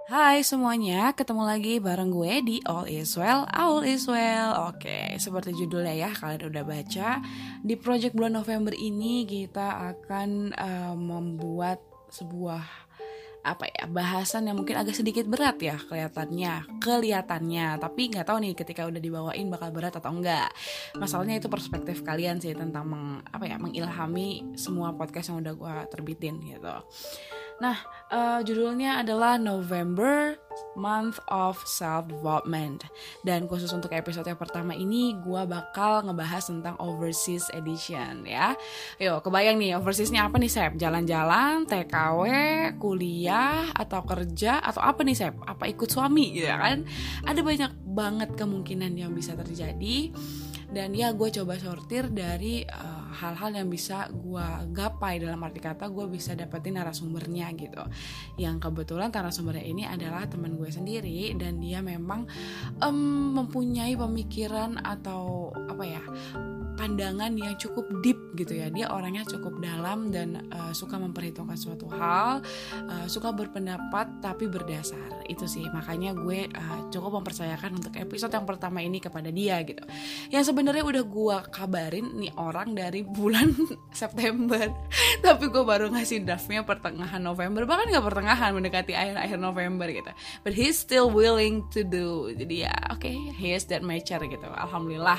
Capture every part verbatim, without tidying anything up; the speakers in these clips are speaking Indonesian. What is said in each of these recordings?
Hai semuanya, ketemu lagi bareng gue di All Is Well, All Is Well. Oke, seperti judulnya ya, kalian udah baca. Di project bulan November ini kita akan uh, membuat sebuah apa ya bahasan yang mungkin agak sedikit berat ya kelihatannya kelihatannya tapi nggak tahu nih ketika udah dibawain bakal berat atau enggak. Masalahnya itu perspektif kalian sih tentang meng, apa ya mengilhami semua podcast yang udah gue terbitin gitu. Nah, uh, judulnya adalah November Month of Self-Development. Dan khusus untuk episode yang pertama ini, gue bakal ngebahas tentang Overseas Edition ya. Yo, kebayang nih, overseasnya apa nih, Sep? Jalan-jalan, T K W, kuliah, atau kerja, atau apa nih, Sep? Apa ikut suami, ya kan? Ada banyak banget kemungkinan yang bisa terjadi. Dan ya gue coba sortir dari uh, hal-hal yang bisa gue gapai, dalam arti kata gue bisa dapetin narasumbernya gitu. Yang kebetulan narasumbernya ini adalah teman gue sendiri dan dia memang um, mempunyai pemikiran atau apa ya pandangan yang cukup deep gitu ya. Dia orangnya cukup dalam dan uh, suka memperhitungkan suatu hal, uh, suka berpendapat tapi berdasar. Itu sih makanya gue uh, cukup mempercayakan untuk episode yang pertama ini kepada dia gitu. Yang sebenarnya udah gue kabarin nih orang dari bulan September, tapi gue baru ngasih draftnya pertengahan November, bahkan nggak pertengahan, mendekati akhir-akhir November gitu. But he's still willing to do. Jadi ya oke, okay, he is that mature gitu. Alhamdulillah.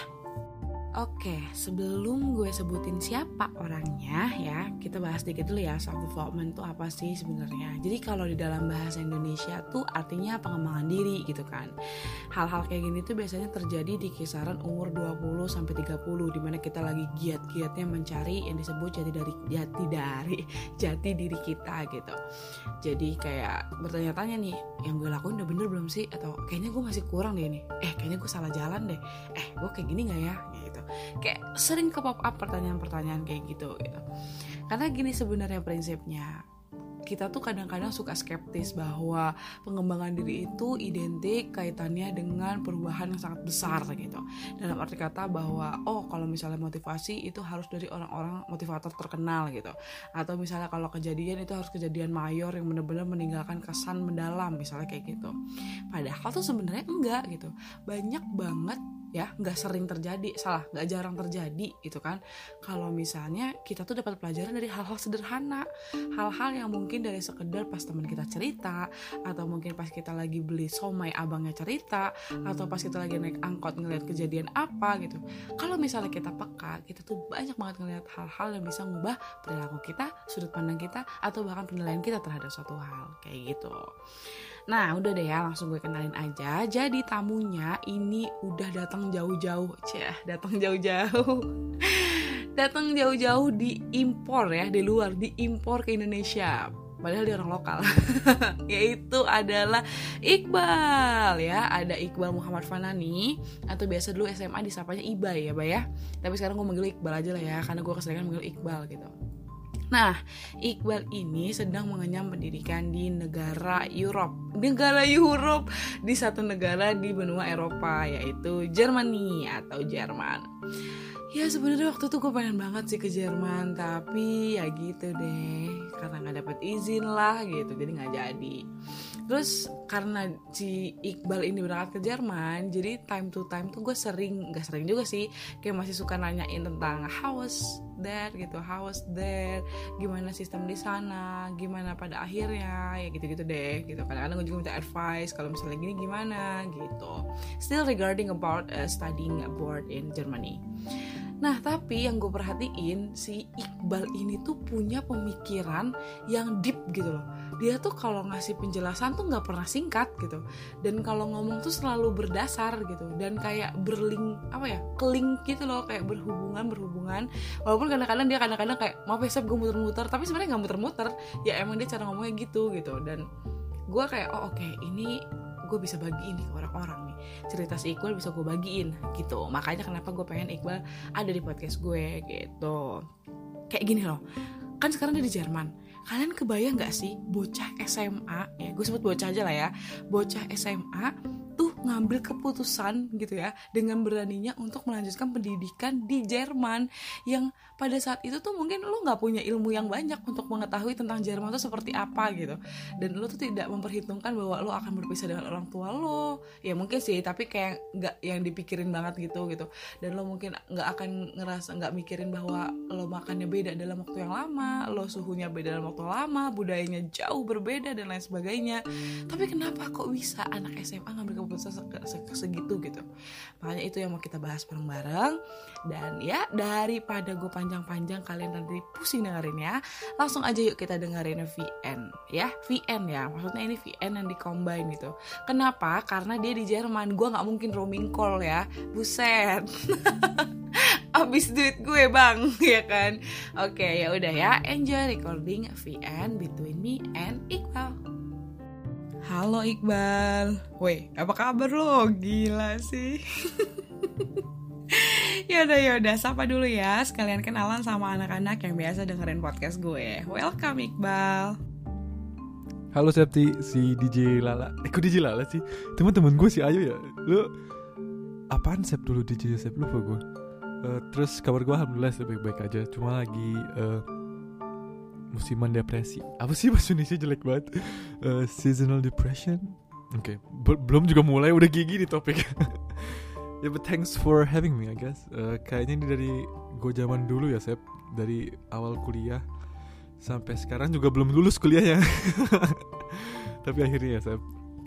Oke, sebelum gue sebutin siapa orangnya ya, kita bahas dikit dulu ya, self development itu apa sih sebenarnya. Jadi kalau di dalam bahasa Indonesia tuh artinya pengembangan diri gitu kan. Hal-hal kayak gini tuh biasanya terjadi di kisaran umur dua puluh sampai tiga puluh, di mana kita lagi giat-giatnya mencari yang disebut jati dari jati dari jati diri kita gitu. Jadi kayak bertanya-tanya nih, yang gue lakuin udah bener belum sih, atau kayaknya gue masih kurang deh ini. Eh, kayaknya gue salah jalan deh. Eh, gue kayak gini enggak ya? Gitu. Kayak sering ke pop up pertanyaan-pertanyaan kayak gitu gitu. Karena gini sebenarnya prinsipnya, kita tuh kadang-kadang suka skeptis bahwa pengembangan diri itu identik kaitannya dengan perubahan yang sangat besar gitu. Dalam arti kata bahwa oh kalau misalnya motivasi itu harus dari orang-orang motivator terkenal gitu. Atau misalnya kalau kejadian itu harus kejadian mayor yang benar-benar meninggalkan kesan mendalam misalnya kayak gitu. Padahal tuh sebenarnya enggak gitu. Banyak banget ya, nggak sering terjadi, salah, nggak jarang terjadi gitu kan. Kalau misalnya kita tuh dapat pelajaran dari hal-hal sederhana, hal-hal yang mungkin dari sekedar pas teman kita cerita, atau mungkin pas kita lagi beli somai abangnya cerita, atau pas kita lagi naik angkot ngeliat kejadian apa gitu. Kalau misalnya kita peka, kita tuh banyak banget ngeliat hal-hal yang bisa ngubah perilaku kita, sudut pandang kita, atau bahkan penilaian kita terhadap suatu hal kayak gitu. Nah udah deh ya, langsung gue kenalin aja. Jadi tamunya ini udah datang jauh-jauh, cah, datang jauh-jauh, datang jauh-jauh diimpor ya, di luar diimpor ke Indonesia. Padahal dia orang lokal. Yaitu adalah Iqbal ya. Ada Iqbal Muhammad Fanani, atau biasa dulu S M A disapanya Ibay ya, Bay ya. Tapi sekarang gue manggil Iqbal aja lah ya, karena gue keseringan manggil Iqbal gitu. Nah, Iqbal ini sedang mengenyam pendidikan di negara Europe. Negara Europe di satu negara di benua Eropa, yaitu Germany atau Jerman. Ya sebenarnya waktu itu gue pengen banget sih ke Jerman, tapi ya gitu deh, karena nggak dapet izin lah gitu, jadi nggak jadi. Terus karena si Iqbal ini berangkat ke Jerman, jadi time to time tuh gue sering, nggak sering juga sih, kayak masih suka nanyain tentang how was that gitu, how was there, gimana sistem di sana, gimana pada akhirnya, ya gitu-gitu deh gitu. Kadang-kadang gue juga minta advice kalau misalnya gini gimana gitu. Still regarding about uh, studying abroad in Germany. Nah tapi yang gue perhatiin, si Iqbal ini tuh punya pemikiran yang deep gitu loh. Dia tuh kalau ngasih penjelasan tuh gak pernah singkat gitu. Dan kalau ngomong tuh selalu berdasar gitu. Dan kayak berling, apa ya, kelink gitu loh. Kayak berhubungan-berhubungan. Walaupun kadang-kadang dia kadang-kadang kayak, maaf ya Seb gue muter-muter. Tapi sebenarnya gak muter-muter. Ya emang dia cara ngomongnya gitu gitu. Dan gue kayak, oh oke okay, ini gue bisa bagiin nih ke orang-orang nih, cerita si Iqbal bisa gue bagiin gitu. Makanya kenapa gue pengen Iqbal ada di podcast gue gitu. Kayak gini loh, kan sekarang dia di Jerman. Kalian kebayang gak sih bocah S M A, ya gue sebut bocah aja lah ya, bocah S M A tuh ngambil keputusan gitu ya, dengan beraninya untuk melanjutkan pendidikan di Jerman, yang pada saat itu tuh mungkin lo nggak punya ilmu yang banyak untuk mengetahui tentang Jerman tuh seperti apa gitu, dan lo tuh tidak memperhitungkan bahwa lo akan berpisah dengan orang tua lo. Ya mungkin sih, tapi kayak nggak yang dipikirin banget gitu gitu. Dan lo mungkin nggak akan ngerasa, nggak mikirin bahwa lo makannya beda dalam waktu yang lama, lo suhunya beda dalam waktu lama, budayanya jauh berbeda dan lain sebagainya. Tapi kenapa kok bisa anak S M A ngambil keputusan segitu gitu? Makanya itu yang mau kita bahas bareng-bareng. Dan ya daripada gue panjang-panjang kalian nanti pusing dengerin ya, langsung aja yuk kita dengerin V N ya. V N ya, maksudnya ini V N yang di-combine gitu. Kenapa? Karena dia di Jerman, gue gak mungkin roaming call ya, buset. Abis duit gue bang, ya kan. Oke, ya udah ya, enjoy recording V N between me and Iqbal. Halo Iqbal, woi apa kabar lo? Gila sih. Yaudah yaudah, sapa dulu ya, sekalian kenalan sama anak-anak yang biasa dengerin podcast gue. Welcome Iqbal. Halo Septi, si D J Lala. Eh kok D J Lala sih? Teman-teman gue si Ayu ya. Lu apaan Sep dulu D J Sep, lupa gue. Uh, terus kabar gue alhamdulillah baik-baik aja. Cuma lagi uh, musiman depresi. Apa sih bahasa Indonesia jelek banget? Uh, seasonal depression. Oke, okay. Be- belum juga mulai udah gigi di topik. Ya, yeah, but thanks for having me I guess. Uh, kayaknya ini dari gue zaman dulu ya Sep. Dari awal kuliah sampai sekarang juga belum lulus kuliahnya. Tapi akhirnya ya Sep.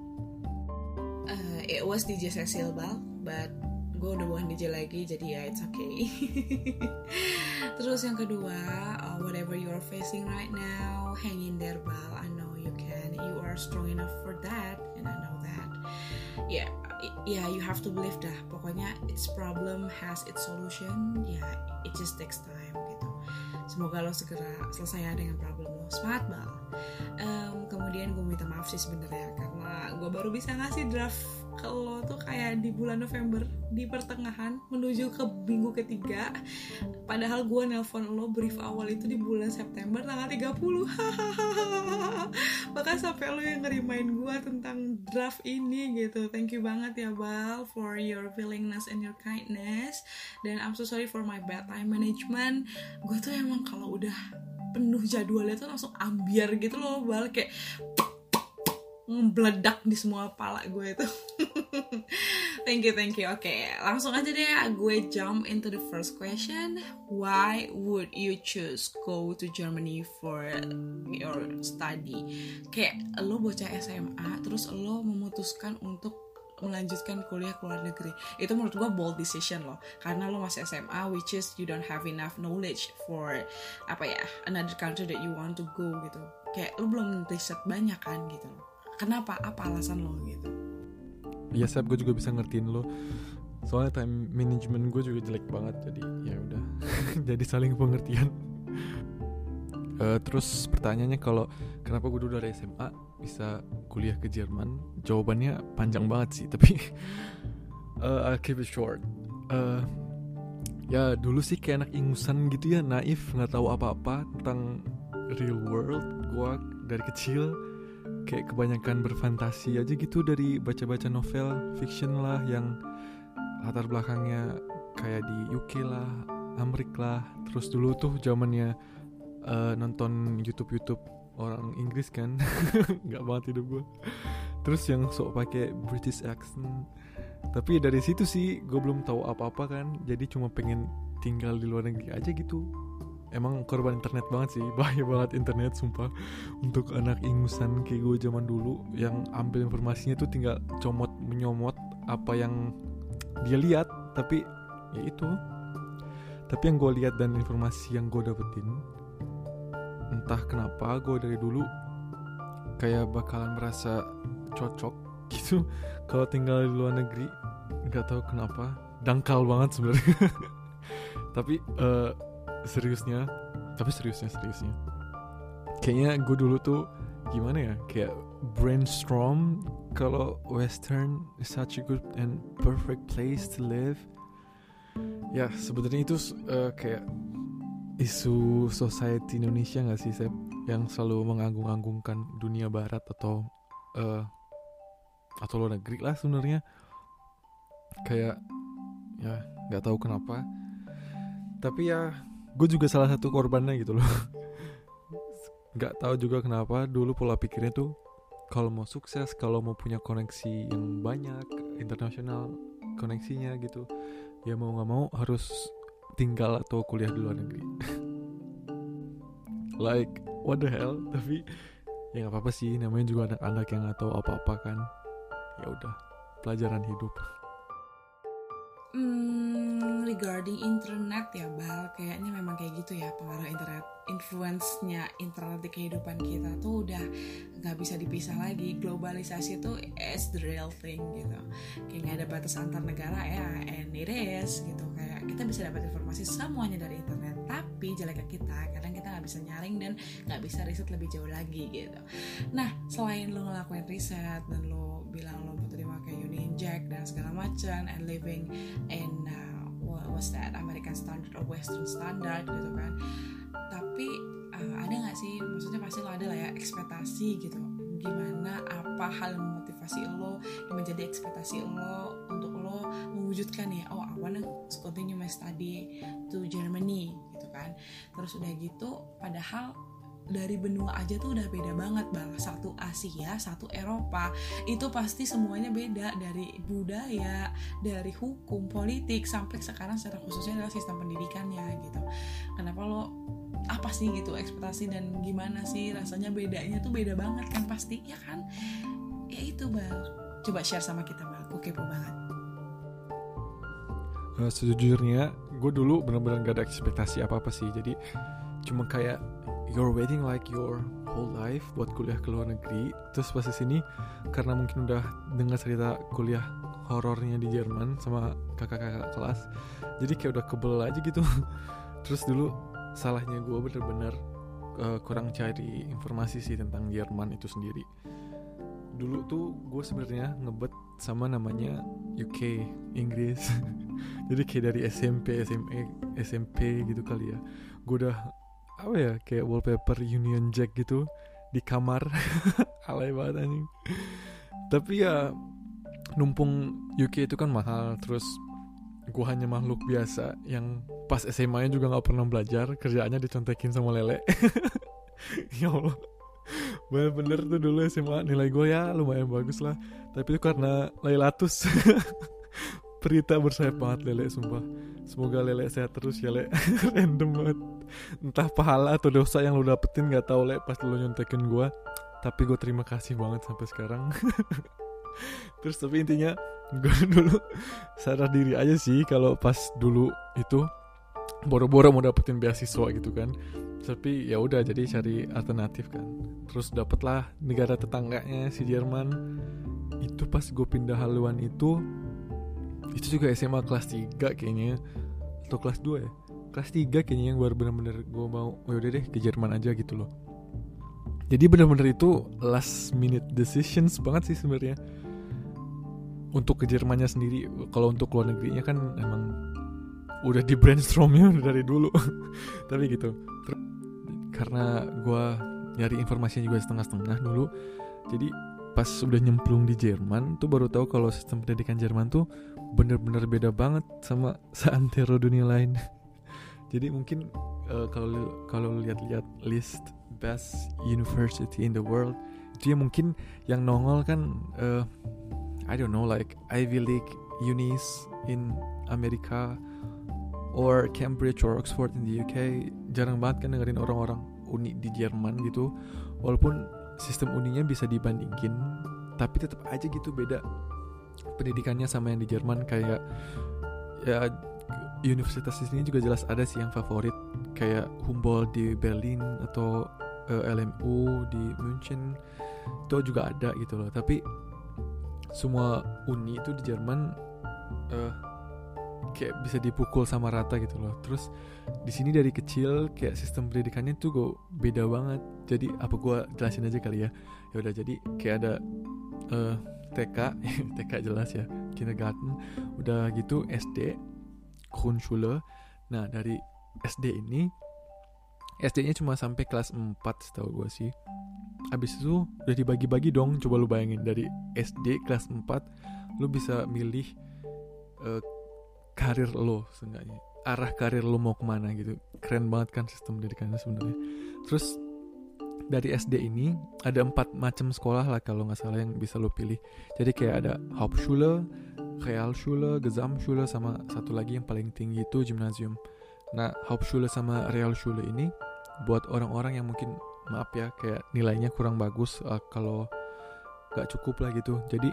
Uh, it was D J Cecil Bal, but gue udah bukan D J lagi, jadi ya it's okay. Terus yang kedua, uh, whatever you are facing right now, hang in there Bal. I know you can. You are strong enough for that, and I know that. Yeah, yeah, you have to believe dah. Pokoknya its problem has its solution. Ya, yeah, it just takes time gitu. Semoga lo segera selesai dengan problem lo. Semangat Bal. Um, kemudian gue minta maaf sih sebenarnya karena gue baru bisa ngasih draft ke lo tuh kayak di bulan November, di pertengahan menuju ke minggu ketiga. Padahal gue nelpon lo brief awal itu di bulan September tanggal tiga puluh. Bahkan sampai lo yang ngerimain gue tentang draft ini gitu. Thank you banget ya Bal for your willingness and your kindness. Dan I'm so sorry for my bad time management. Gue tuh emang kalau udah penuh jadwalnya tuh langsung ambiar gitu loh Bal, kayak ngebledak di semua pala gue itu. Thank you, thank you. Oke, okay, langsung aja deh gue jump into the first question. Why would you choose go to Germany for your study? Kayak lo bocah S M A, terus lo memutuskan untuk melanjutkan kuliah ke luar negeri. Itu menurut gue bold decision loh, karena lo masih S M A, which is you don't have enough knowledge for apa ya, another country that you want to go gitu. Kayak lo belum riset banyak kan gitu loh. Kenapa? Apa alasan lo gitu? Ya Sep, gue juga bisa ngertiin lo. Soalnya time management gue juga jelek banget, jadi ya udah. Jadi saling pengertian. Uh, terus pertanyaannya kalau kenapa gue dulu dari S M A bisa kuliah ke Jerman? Jawabannya panjang banget sih, tapi uh, I'll keep it short. Uh, ya dulu sih kayak anak ingusan gitu ya, naif, nggak tahu apa-apa tentang real world. Gue dari kecil kayak kebanyakan berfantasi aja gitu dari baca-baca novel fiction lah yang latar belakangnya kayak di U K lah, Amerika lah. Terus dulu tuh zamannya uh, nonton YouTube-YouTube orang Inggris kan. Nggak banget hidup gue. Terus yang sok pakai British accent. Tapi dari situ sih gue belum tahu apa-apa kan. Jadi cuma pengen tinggal di luar negeri aja gitu. Emang korban internet banget sih, bahaya banget internet sumpah. Untuk anak ingusan kayak gue zaman dulu yang ambil informasinya tuh tinggal comot menyomot apa yang dia lihat. Tapi ya itu. Tapi yang gue lihat dan informasi yang gue dapetin, entah kenapa gue dari dulu kayak bakalan merasa cocok gitu kalau tinggal di luar negeri. Gak tahu kenapa, dangkal banget sebenarnya. Tapi uh, seriusnya, tapi seriusnya seriusnya kayaknya gue dulu tuh gimana ya, kayak brainstorm kalau Western is such a good and perfect place to live. Ya sebenarnya itu uh, kayak isu society Indonesia nggak sih Sep, yang selalu menganggung-anggungkan dunia barat atau uh, atau luar negeri lah sebenarnya. Kayak ya nggak tahu kenapa, tapi ya gue juga salah satu korbannya gitu loh. Nggak tahu juga kenapa dulu pola pikirnya tuh kalau mau sukses, kalau mau punya koneksi yang banyak, internasional koneksinya gitu, ya mau nggak mau harus tinggal atau kuliah di luar negeri. Like what the hell? Tapi ya nggak apa-apa sih, namanya juga anak-anak yang nggak tahu apa-apa kan. Ya udah, pelajaran hidup. Hmm, regarding internet ya Bal, kayaknya memang kayak gitu ya, pengaruh internet, influence-nya internet di kehidupan kita tuh udah gak bisa dipisah lagi. Globalisasi tuh is the real thing gitu, kayak gak ada batas antar negara ya, and it is gitu. Kayak kita bisa dapat informasi semuanya dari internet, tapi jeleknya kita kadang kita gak bisa nyaring dan gak bisa riset lebih jauh lagi gitu. Nah, selain lo ngelakuin riset dan lo bilang lo mau terima kayak Union Jack dan segala macam, and living in uh, what was that, American standard or Western standard gitu kan, tapi uh, ada nggak sih, maksudnya pasti lo ada lah ya ekspektasi gitu, gimana, apa hal yang memotivasi lo, yang menjadi ekspektasi lo untuk lo mewujudkan ya, oh I wanna continue my study to Germany gitu kan. Terus udah gitu, padahal dari benua aja tuh udah beda banget Bang. Satu Asia, satu Eropa, itu pasti semuanya beda, dari budaya, dari hukum, politik, sampai sekarang secara khususnya adalah sistem pendidikannya gitu. Kenapa lo, apa sih gitu ekspektasi, dan gimana sih rasanya bedanya tuh beda banget kan pasti, ya kan? Ya itu Bang, coba share sama kita Bang, aku kepo banget. Uh, sejujurnya gue dulu benar-benar gak ada ekspektasi apa-apa sih. Jadi cuma kayak you're waiting like your whole life buat kuliah ke luar negeri. Terus pas di sini karena mungkin udah dengar cerita kuliah horornya di Jerman sama kakak-kakak kelas, jadi kayak udah kebel aja gitu. Terus dulu salahnya gue bener-bener uh, kurang cari informasi sih tentang Jerman itu sendiri. Dulu tuh gue sebenarnya ngebet sama namanya U K, Inggris. Jadi kayak dari S M P, S M A, S M P gitu kali ya, gue udah apa ya, kayak wallpaper Union Jack gitu di kamar. Alay banget anjing. Tapi ya numpung U K itu kan mahal. Terus gue hanya makhluk biasa yang pas S M A-nya juga gak pernah belajar, kerjaannya dicontekin sama lele. Ya Allah, bener-bener tuh dulu S M A nilai gue ya lumayan bagus lah, tapi itu karena Lailatus. Perita bersayap banget lele, sumpah. Semoga lele sehat terus ya le. Random banget, entah pahala atau dosa yang lu dapetin gak tau le pas lu nyontekin gue, tapi gue terima kasih banget sampai sekarang. Terus tapi intinya gue dulu sadar diri aja sih kalau pas dulu itu boro-boro mau dapetin beasiswa gitu kan. Tapi ya udah, jadi cari alternatif kan. Terus dapetlah negara tetangganya si Jerman. Itu pas gue pindah haluan itu itu juga S M A kelas tiga kayaknya, atau kelas dua ya, kelas tiga kayaknya, yang baru bener-bener gue mau, oh yaudah deh ke Jerman aja gitu loh. Jadi bener-bener itu last minute decisions banget sih sebenarnya untuk ke Jermannya sendiri. Kalau untuk luar negerinya kan emang udah di brainstormnya dari dulu. Tapi gitu, karena gue nyari informasinya juga setengah-setengah dulu, jadi pas udah nyemplung di Jerman tuh baru tahu kalau sistem pendidikan Jerman tuh bener-bener beda banget sama seantero dunia lain. Jadi mungkin uh, kalau kalau lihat-lihat list best university in the world, itu ya mungkin yang nongol kan uh, I don't know, like Ivy League unis in Amerika or Cambridge or Oxford in the U K. Jarang banget kan dengerin orang-orang uni di Jerman gitu. Walaupun sistem uninya bisa dibandingin, tapi tetap aja gitu beda pendidikannya sama yang di Jerman. Kayak ya universitas di sini juga jelas ada sih yang favorit, kayak Humboldt di Berlin atau uh, L M U di München, itu juga ada gitu loh. Tapi semua uni itu di Jerman uh, kayak bisa dipukul sama rata gitu loh. Terus di sini dari kecil kayak sistem pendidikannya tuh gue beda banget. Jadi apa gue jelasin aja kali ya. Ya udah, jadi kayak ada uh, T K, T K jelas ya, kindergarten, udah gitu S D, Grundschule. Nah dari S D ini, S D-nya cuma sampai kelas empat setahu gue sih. Abis itu udah dibagi-bagi dong. Coba lu bayangin, dari S D kelas empat lu bisa milih uh, karir lo seenggaknya. arah karir lu mau kemana gitu. Keren banget kan sistem pendidikannya sebenarnya. Terus dari S D ini ada empat macam sekolah lah kalau nggak salah yang bisa lu pilih. Jadi kayak ada Hauptschule, Realschule, Gesamtschule, sama satu lagi yang paling tinggi itu Gymnasium. Nah, Hauptschule sama Realschule ini buat orang-orang yang mungkin maaf ya kayak nilainya kurang bagus, uh, kalau gak cukup lah gitu. Jadi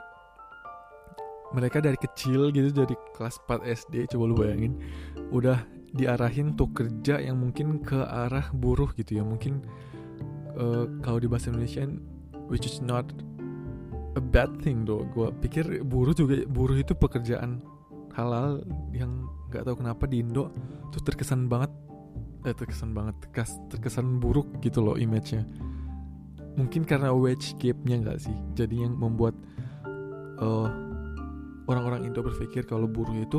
mereka dari kecil gitu, dari kelas empat S D, coba lu bayangin, udah diarahin untuk kerja yang mungkin ke arah buruh gitu ya. Mungkin uh, kalau di bahasa Indonesia, which is not a bad thing though. Gue pikir buruh juga, buruh itu pekerjaan halal yang gak tahu kenapa di Indo tuh terkesan banget eh terkesan banget terkesan, terkesan buruk gitu loh image-nya. Mungkin karena wage gap-nya gak sih, jadi yang membuat uh, orang-orang Indo berpikir kalau buruh itu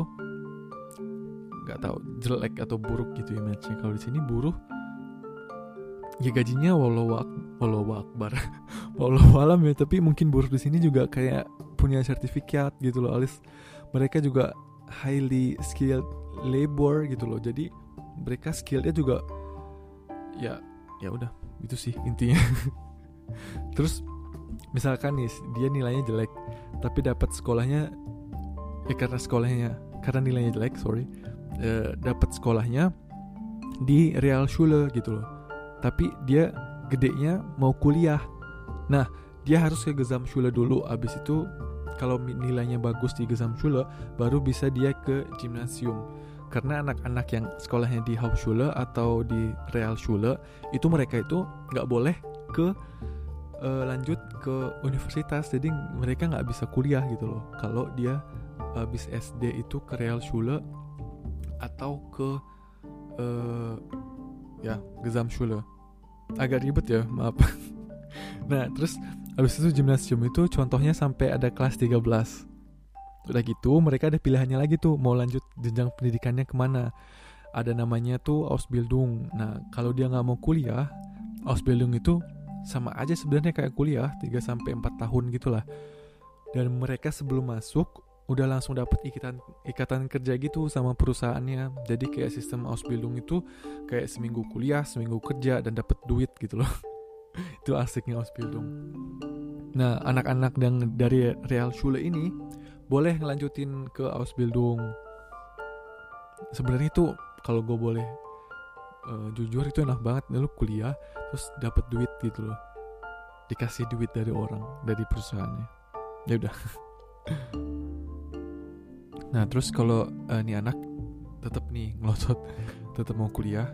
gak tahu jelek atau buruk gitu image-nya. Kalau di sini buruh ya gajinya walau walau akbar walau alam ya, tapi mungkin buruh di sini juga kayak punya sertifikat gitu loh, alias mereka juga highly skilled labor gitu loh. Jadi mereka skillnya juga ya ya udah itu sih intinya. Terus misalkan nih dia nilainya jelek tapi dapat sekolahnya ya karena sekolahnya karena nilainya jelek sorry eh, dapat sekolahnya di Realschule gitu loh, tapi dia gedenya mau kuliah. Nah dia harus ke Gesamtschule dulu, abis itu kalau nilainya bagus di Gesamtschule baru bisa dia ke Gymnasium. Karena anak-anak yang sekolahnya di Hauptschule atau di Realschule itu mereka itu nggak boleh ke uh, lanjut ke universitas, jadi mereka nggak bisa kuliah gitu loh. Kalau dia habis S D itu ke Realschule atau ke uh, ya Gesamtschule. Agak ribet ya, maaf. Nah terus habis itu Gymnasium itu contohnya sampai ada kelas tiga belas. Udah gitu mereka ada pilihannya lagi tuh mau lanjut jenjang pendidikannya kemana. Ada namanya tuh Ausbildung. Nah kalau dia gak mau kuliah, Ausbildung itu sama aja sebenarnya kayak kuliah tiga sampai empat tahun gitulah. Dan mereka sebelum masuk udah langsung dapat ikatan ikatan kerja gitu sama perusahaannya. Jadi kayak sistem Ausbildung itu kayak seminggu kuliah, seminggu kerja dan dapat duit gitu loh. Itu asiknya Ausbildung. Nah anak-anak yang dari Realschule ini boleh ngelanjutin ke Ausbildung. Sebenarnya itu kalau gue boleh uh, jujur itu enak banget. Lu kuliah terus dapat duit gitu loh, dikasih duit dari orang, dari perusahaannya. Ya udah. Nah terus kalau uh, nih anak tetap nih ngelotot, tetap mau kuliah,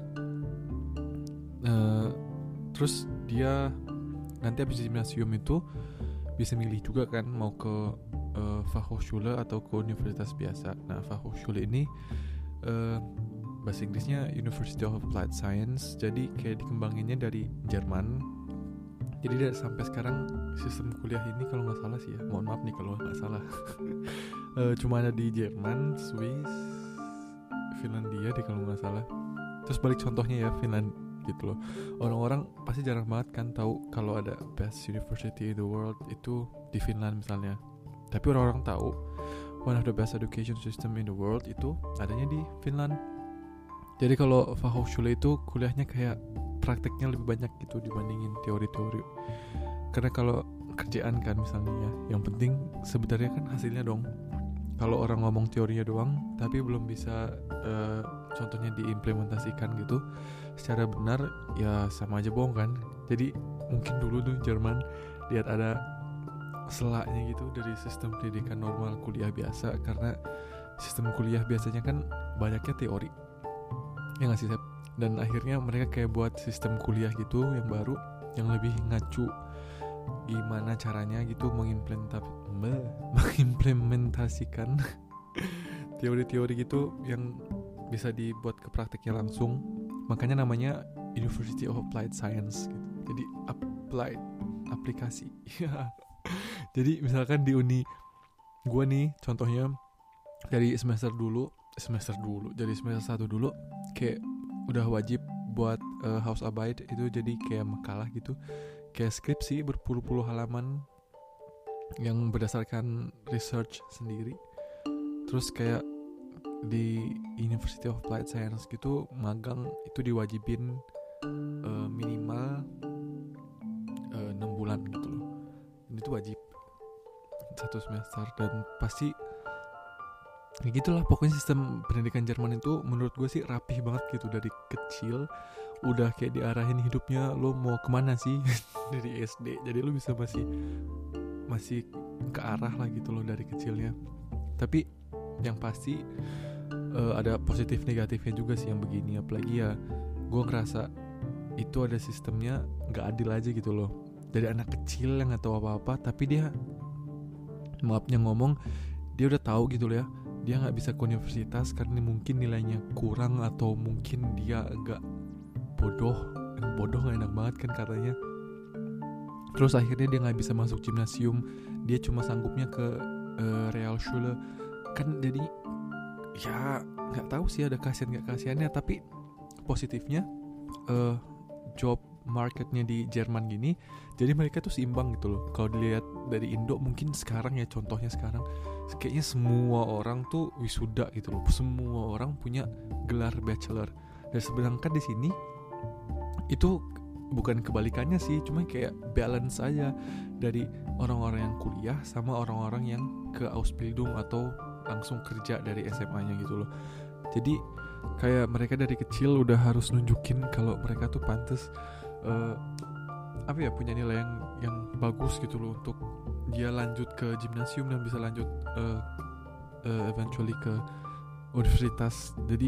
uh, terus dia nanti habis Gymnasium itu bisa milih juga kan mau ke uh, Fachhochschule atau ke universitas biasa. Nah Fachhochschule ini uh, bahasa Inggrisnya University of Applied Science, jadi kayak dikembanginnya dari Jerman. Jadi dari sampai sekarang sistem kuliah ini kalau nggak salah sih ya, mohon maaf nih kalau nggak salah, uh, cuma ada di Jerman, Swiss, Finlandia deh kalau nggak salah. Terus balik contohnya ya Finland gitu loh. Orang-orang pasti jarang banget kan tahu kalau ada best university in the world itu di Finland misalnya. Tapi orang-orang tahu one of the best education system in the world itu adanya di Finland. Jadi kalau Fachhochschule itu kuliahnya kayak prakteknya lebih banyak gitu dibandingin teori-teori. Karena kalau kerjaan kan misalnya ya, yang penting sebenarnya kan hasilnya dong. Kalau orang ngomong teorinya doang tapi belum bisa uh, contohnya diimplementasikan gitu secara benar, ya sama aja bohong kan. Jadi mungkin dulu tuh Jerman lihat ada selaknya gitu dari sistem pendidikan normal kuliah biasa, karena sistem kuliah biasanya kan banyaknya teori ya nggak sih Sep? Dan akhirnya mereka kayak buat sistem kuliah gitu yang baru yang lebih ngacu gimana caranya gitu mengimplementasikan teori-teori gitu yang bisa dibuat ke prakteknya langsung. Makanya namanya University of Applied Science gitu. Jadi applied, aplikasi. Jadi misalkan di uni gue nih contohnya dari semester dulu semester dulu jadi semester satu dulu kayak udah wajib buat uh, Hausarbeit itu, jadi kayak makalah gitu, kayak skripsi berpuluh-puluh halaman yang berdasarkan research sendiri. Terus kayak di University of Applied Science gitu magang itu diwajibin uh, minimal uh, enam bulan gitu loh. Ini tuh wajib satu semester, dan pasti ya gitulah pokoknya sistem pendidikan Jerman itu menurut gue sih rapih banget gitu. Dari kecil udah kayak diarahin hidupnya lo mau kemana sih dari S D, jadi lo bisa masih masih ke arah lah gitu loh dari kecilnya. Tapi yang pasti uh, ada positif negatifnya juga sih yang begini. Apalagi ya gue ngerasa itu ada sistemnya gak adil aja gitu loh. Dari anak kecil yang gak tahu apa-apa, tapi dia maafnya ngomong dia udah tahu gitu loh ya, dia gak bisa ke universitas karena mungkin nilainya kurang, atau mungkin dia agak bodoh. Bodoh gak enak banget kan katanya. Terus akhirnya dia gak bisa masuk gimnasium, dia cuma sanggupnya ke uh, Realschule kan. Jadi ya gak tahu sih ada kasihan gak kasihannya. Tapi positifnya uh, job marketnya di Jerman gini, jadi mereka tuh seimbang gitu loh. Kalau dilihat dari Indo mungkin sekarang ya, contohnya sekarang kayaknya semua orang tuh wisuda gitu loh, semua orang punya gelar bachelor. Dan sedangkan di sini itu bukan kebalikannya sih, cuma kayak balance aja dari orang-orang yang kuliah sama orang-orang yang ke Ausbildung atau langsung kerja dari S M A-nya gitu loh. Jadi kayak mereka dari kecil udah harus nunjukin kalau mereka tuh pantas uh, apa ya, punya nilai yang yang bagus gitu loh untuk dia lanjut ke gimnasium dan bisa lanjut uh, uh, eventually ke universitas. Jadi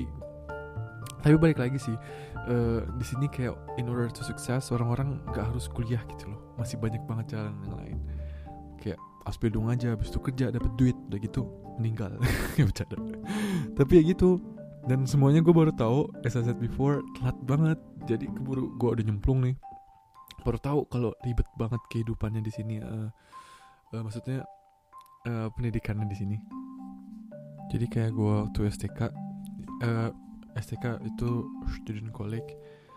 tapi balik lagi sih, uh, di sini kayak in order to success orang-orang nggak harus kuliah gitu loh, masih banyak banget jalan yang lain. Kayak Ausbildung aja, habis itu kerja dapat duit, udah gitu meninggal. Ya bercanda. Tapi ya gitu. Dan semuanya gue baru tahu, as I said before, telat banget. Jadi keburu gue udah nyemplung nih. Baru tahu kalau ribet banget kehidupannya di sini. Uh, uh, maksudnya uh, pendidikannya di sini. Jadi kayak gue waktu S T K, uh, S T K itu student college.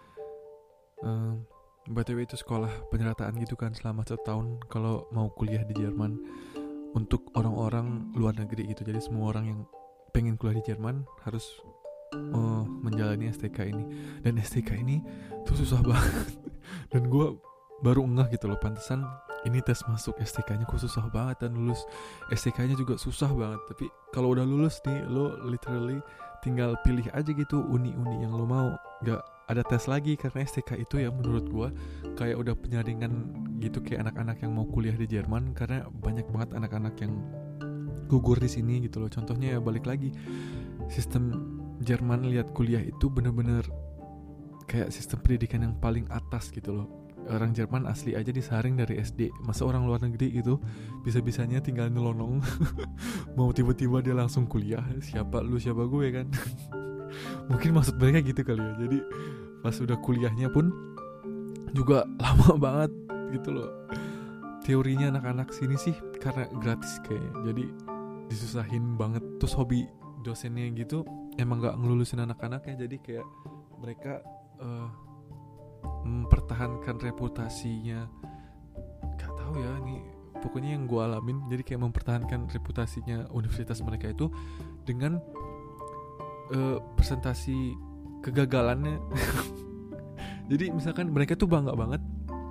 Uh, B T W itu sekolah penyerataan gitu kan selama satu tahun kalau mau kuliah di Jerman untuk orang-orang luar negeri gitu. Jadi semua orang yang pengen kuliah di Jerman harus uh, menjalani S T K ini. Dan S T K ini tuh susah banget. Dan gue baru ngeh gitu loh, pantesan ini tes masuk S T K-nya kok susah banget, dan lulus S T K-nya juga susah banget. Tapi kalau udah lulus nih, lo literally tinggal pilih aja gitu uni-uni yang lo mau. Gak ada tes lagi, karena S T K itu ya menurut gue kayak udah penyaringan gitu kayak anak-anak yang mau kuliah di Jerman, karena banyak banget anak-anak yang gugur di sini gitu loh. Contohnya ya balik lagi, sistem Jerman lihat kuliah itu bener-bener kayak sistem pendidikan yang paling atas gitu loh. Orang Jerman asli aja disaring dari S D. Masa orang luar negeri gitu bisa-bisanya tinggal nyelonong mau tiba-tiba dia langsung kuliah. Siapa lu, siapa gue kan. Mungkin maksud mereka gitu kali ya. Jadi pas udah kuliahnya pun juga lama banget gitu loh. Teorinya anak-anak sini sih karena gratis kayak, jadi disusahin banget. Terus hobi dosennya gitu emang gak ngelulusin anak-anaknya. Jadi kayak mereka uh, mempertahankan reputasinya. Gak tahu ya, ini pokoknya yang gue alamin. Jadi kayak mempertahankan reputasinya universitas mereka itu dengan uh, presentasi kegagalannya. Jadi misalkan mereka tuh bangga banget,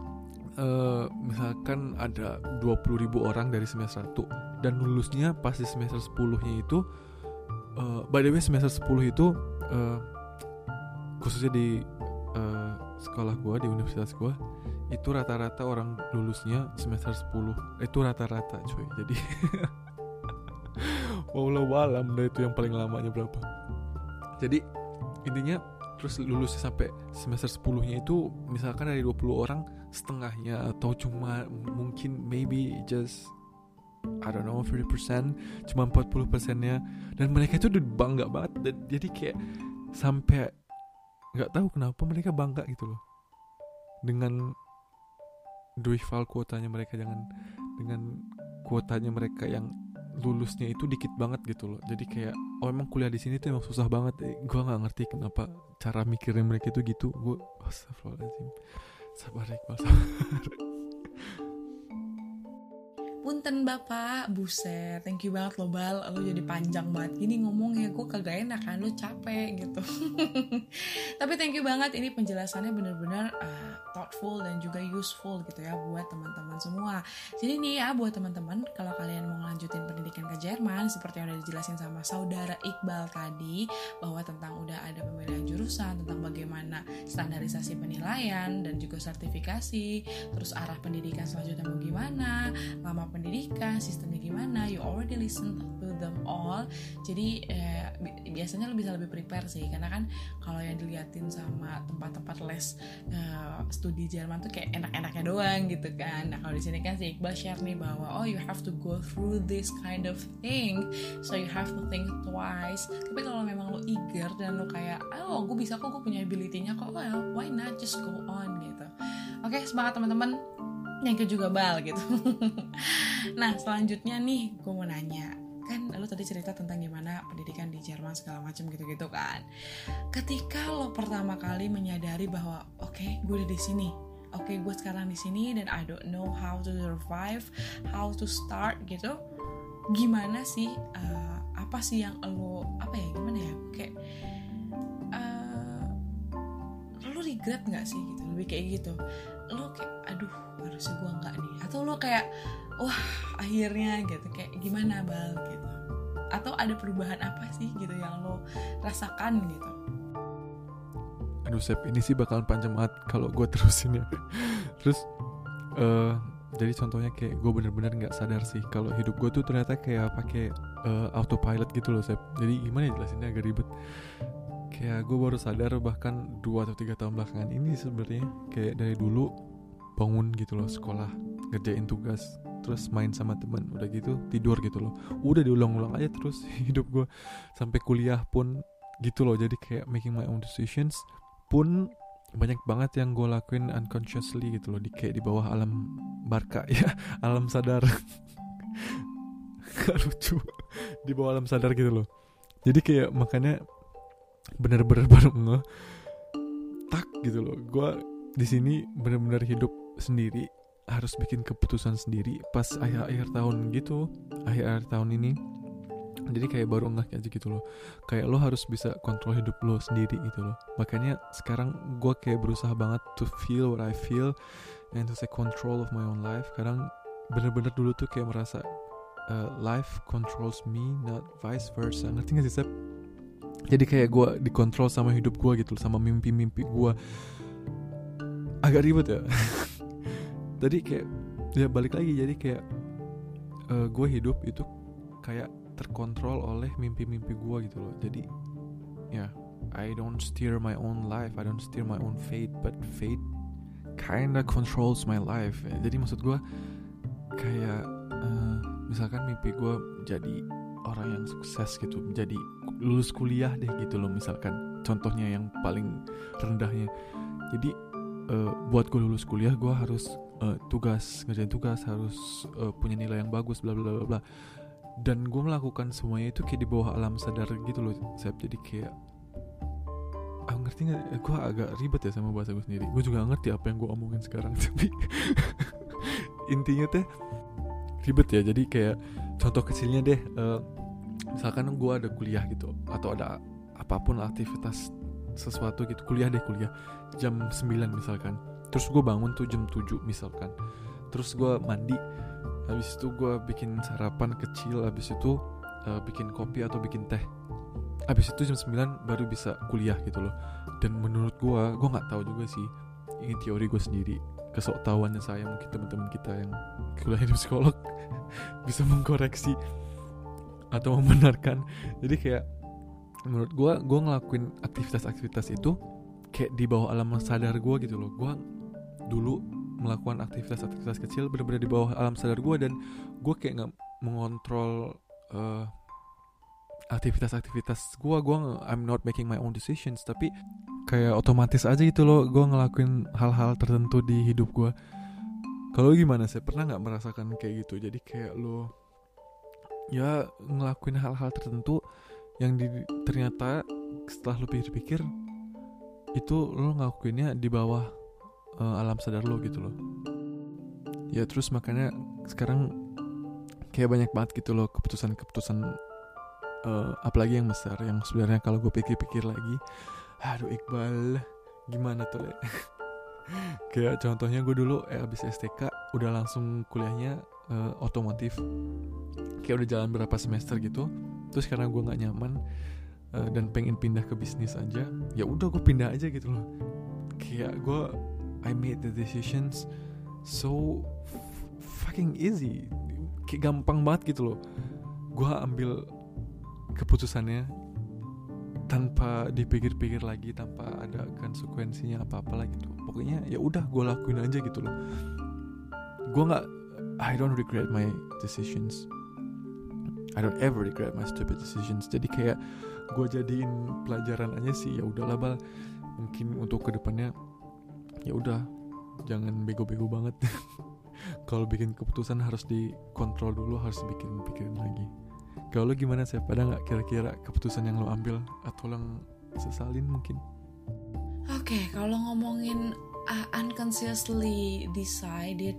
uh, misalkan ada dua puluh ribu orang dari semester satu dan lulusnya pas di semester sepuluh-nya itu uh, by the way semester sepuluh itu uh, khususnya di uh, sekolah gue, di universitas gue, itu rata-rata orang lulusnya semester sepuluh. Itu rata-rata coy. Jadi wallahu-alam dah itu yang paling lamanya berapa. Jadi intinya terus lulusnya sampai semester sepuluh-nya itu misalkan dari dua puluh orang setengahnya atau cuma mungkin maybe just I don't know thirty percent, cuma empat puluh persen-nya, dan mereka itu udah bangga banget. Dan jadi kayak sampai nggak tahu kenapa mereka bangga gitu loh dengan Durchfall kuotanya mereka, jangan dengan kuotanya mereka yang lulusnya itu dikit banget gitu loh. Jadi kayak oh emang kuliah di sini tuh emang susah banget. Eh, gue nggak ngerti kenapa cara mikirnya mereka itu gitu. Gue astagfirullahaladzim. Sabar Iqbal, sabar. Punten bapak, buset, thank you banget lo Bal, lo jadi panjang banget gini ngomongnya, gue kagak enak kan, lo capek gitu. Tapi thank you banget, ini penjelasannya bener-bener uh, thoughtful dan juga useful gitu ya buat teman-teman semua. Jadi nih ya buat teman-teman, kalau kalian mau lanjutin pendidikan ke Jerman, seperti yang udah dijelasin sama saudara Iqbal tadi, bahwa tentang udah ada pemilihan jurusan, tentang bagaimana standarisasi penilaian dan juga sertifikasi, terus arah pendidikan selanjutnya mau gimana, lama pendidikan, sistemnya gimana, you already listen to them all. Jadi eh, biasanya lo bisa lebih prepare sih, karena kan kalau yang diliatin sama tempat-tempat les eh, studi Jerman tuh kayak enak-enaknya doang gitu kan. Nah kalau di sini kan si Iqbal share nih bahwa oh you have to go through this kind of thing, so you have to think twice. Tapi kalau memang lo eager dan lo kayak oh gue bisa kok, gue punya ability-nya kok, well why not just go on gitu. Oke, semangat teman-teman. Yang juga Bal gitu. Nah selanjutnya nih gue mau nanya, kan lo tadi cerita tentang gimana pendidikan di Jerman segala macam gitu-gitu kan. Ketika lo pertama kali menyadari bahwa oke okay, gue udah di sini, oke okay, gue sekarang di sini dan I don't know how to survive, how to start gitu, gimana sih uh, apa sih yang lo apa ya gimana ya kayak uh, lo regret nggak sih gitu, lebih kayak gitu. Lo kayak aduh harusnya gue enggak nih, atau lo kayak wah akhirnya gitu, kayak gimana Bal gitu, atau ada perubahan apa sih gitu yang lo rasakan gitu. Aduh Sep, ini sih bakalan panjang banget kalau gue terusin ya. Terus uh, jadi contohnya kayak gue bener-bener nggak sadar sih kalau hidup gue tuh ternyata kayak pakai uh, autopilot gitu loh Sep. Jadi gimana ya jelasinnya, agak ribet. Kayak gue baru sadar bahkan dua atau tiga tahun belakangan ini sebenarnya kayak dari dulu bangun gitu loh, sekolah, ngerjain tugas, terus main sama teman, udah gitu tidur gitu loh. Udah diulang-ulang aja terus hidup gue sampai kuliah pun gitu loh. Jadi kayak making my own decisions pun banyak banget yang gue lakuin unconsciously gitu loh, di kayak di bawah alam barka ya, alam sadar. Gak lucu, di bawah alam sadar gitu loh. Jadi kayak makanya bener-bener baru nge tak gitu loh. Gue di sini bener-bener hidup sendiri, harus bikin keputusan sendiri pas akhir-akhir tahun gitu, akhir-akhir tahun ini. Jadi kayak baru ngeh aja gitu loh, kayak lo harus bisa kontrol hidup lo sendiri gitu loh. Makanya sekarang gue kayak berusaha banget to feel what I feel and to take control of my own life. Kadang bener-bener dulu tuh kayak merasa uh, life controls me, not vice versa. Ngerti gak sih Sep? Jadi kayak gue dikontrol sama hidup gue gitu loh, sama mimpi-mimpi gue. Agak ribet ya. Tadi kayak ya balik lagi, jadi kayak uh, gue hidup itu kayak terkontrol oleh mimpi-mimpi gue gitu loh. Jadi ya yeah, I don't steer my own life, I don't steer my own fate, but fate kinda controls my life. Jadi maksud gue kayak uh, misalkan mimpi gue jadi orang yang sukses gitu, jadi lulus kuliah deh gitu loh misalkan, contohnya yang paling rendahnya. Jadi uh, buat gue lulus kuliah gue harus uh, tugas, ngerjain tugas, harus uh, punya nilai yang bagus, bla bla bla bla. Dan gue melakukan semuanya itu kayak di bawah alam sadar gitu loh Sep. Jadi kayak aku ah, ngerti gak? Gue agak ribet ya sama bahasa gue sendiri. Gue juga gak ngerti apa yang gue omongin sekarang. Tapi intinya teh ribet ya. Jadi kayak contoh kecilnya deh, uh, misalkan gue ada kuliah gitu, atau ada apapun aktivitas sesuatu gitu, kuliah deh kuliah jam sembilan misalkan. Terus gue bangun tuh jam tujuh misalkan. Terus gue mandi, habis itu gue bikin sarapan kecil, habis itu uh, bikin kopi atau bikin teh. Habis itu jam sembilan baru bisa kuliah gitu loh. Dan menurut gue, gue gak tahu juga sih, ini teori gue sendiri, kesoktahuannya saya, mungkin teman-teman kita yang kuliah di psikolog bisa mengkoreksi atau membenarkan. Jadi kayak menurut gue, gue ngelakuin aktivitas-aktivitas itu kayak di bawah alam sadar gue gitu loh. Gue dulu melakukan aktivitas-aktivitas kecil benar-benar di bawah alam sadar gue, dan gue kayak nggak mengontrol uh, aktivitas-aktivitas gue. Gue I'm not making my own decisions, tapi kayak otomatis aja gitu loh gue ngelakuin hal-hal tertentu di hidup gue. Kalau gimana sih, pernah nggak merasakan kayak gitu? Jadi kayak lo ya ngelakuin hal-hal tertentu yang di, ternyata setelah lo pikir-pikir itu lo ngelakuinnya di bawah uh, alam sadar lo gitu loh. Ya terus makanya sekarang kayak banyak banget gitu loh keputusan-keputusan, uh, apalagi yang besar, yang sebenarnya kalau gue pikir-pikir lagi, aduh Iqbal, gimana tuh le? Kayak contohnya gue dulu eh, abis S T K udah langsung kuliahnya uh, otomotif, kayak udah jalan berapa semester gitu, terus karena gue nggak nyaman uh, dan pengen pindah ke bisnis aja, ya udah gue pindah aja gitu loh. Kayak gue I made the decisions so f- fucking easy, kayak gampang banget gitu loh. Gue ambil keputusannya tanpa dipikir-pikir lagi, tanpa ada konsekuensinya apa-apa lah gitu. Pokoknya ya udah gue lakuin aja gitu loh. Gue nggak, I don't regret my decisions. I don't ever regret my stupid decisions. Jadi kayak gue jadiin pelajaran aja sih. Ya udahlah Bal, mungkin untuk kedepannya ya udah jangan bego-bego banget. Kalau bikin keputusan harus dikontrol dulu, harus bikin-pikirin lagi. Kalau lo gimana sih? Pada nggak kira-kira keputusan yang lo ambil atau yang sesalin mungkin? Oke, okay, kalau ngomongin uh, unconsciously decided,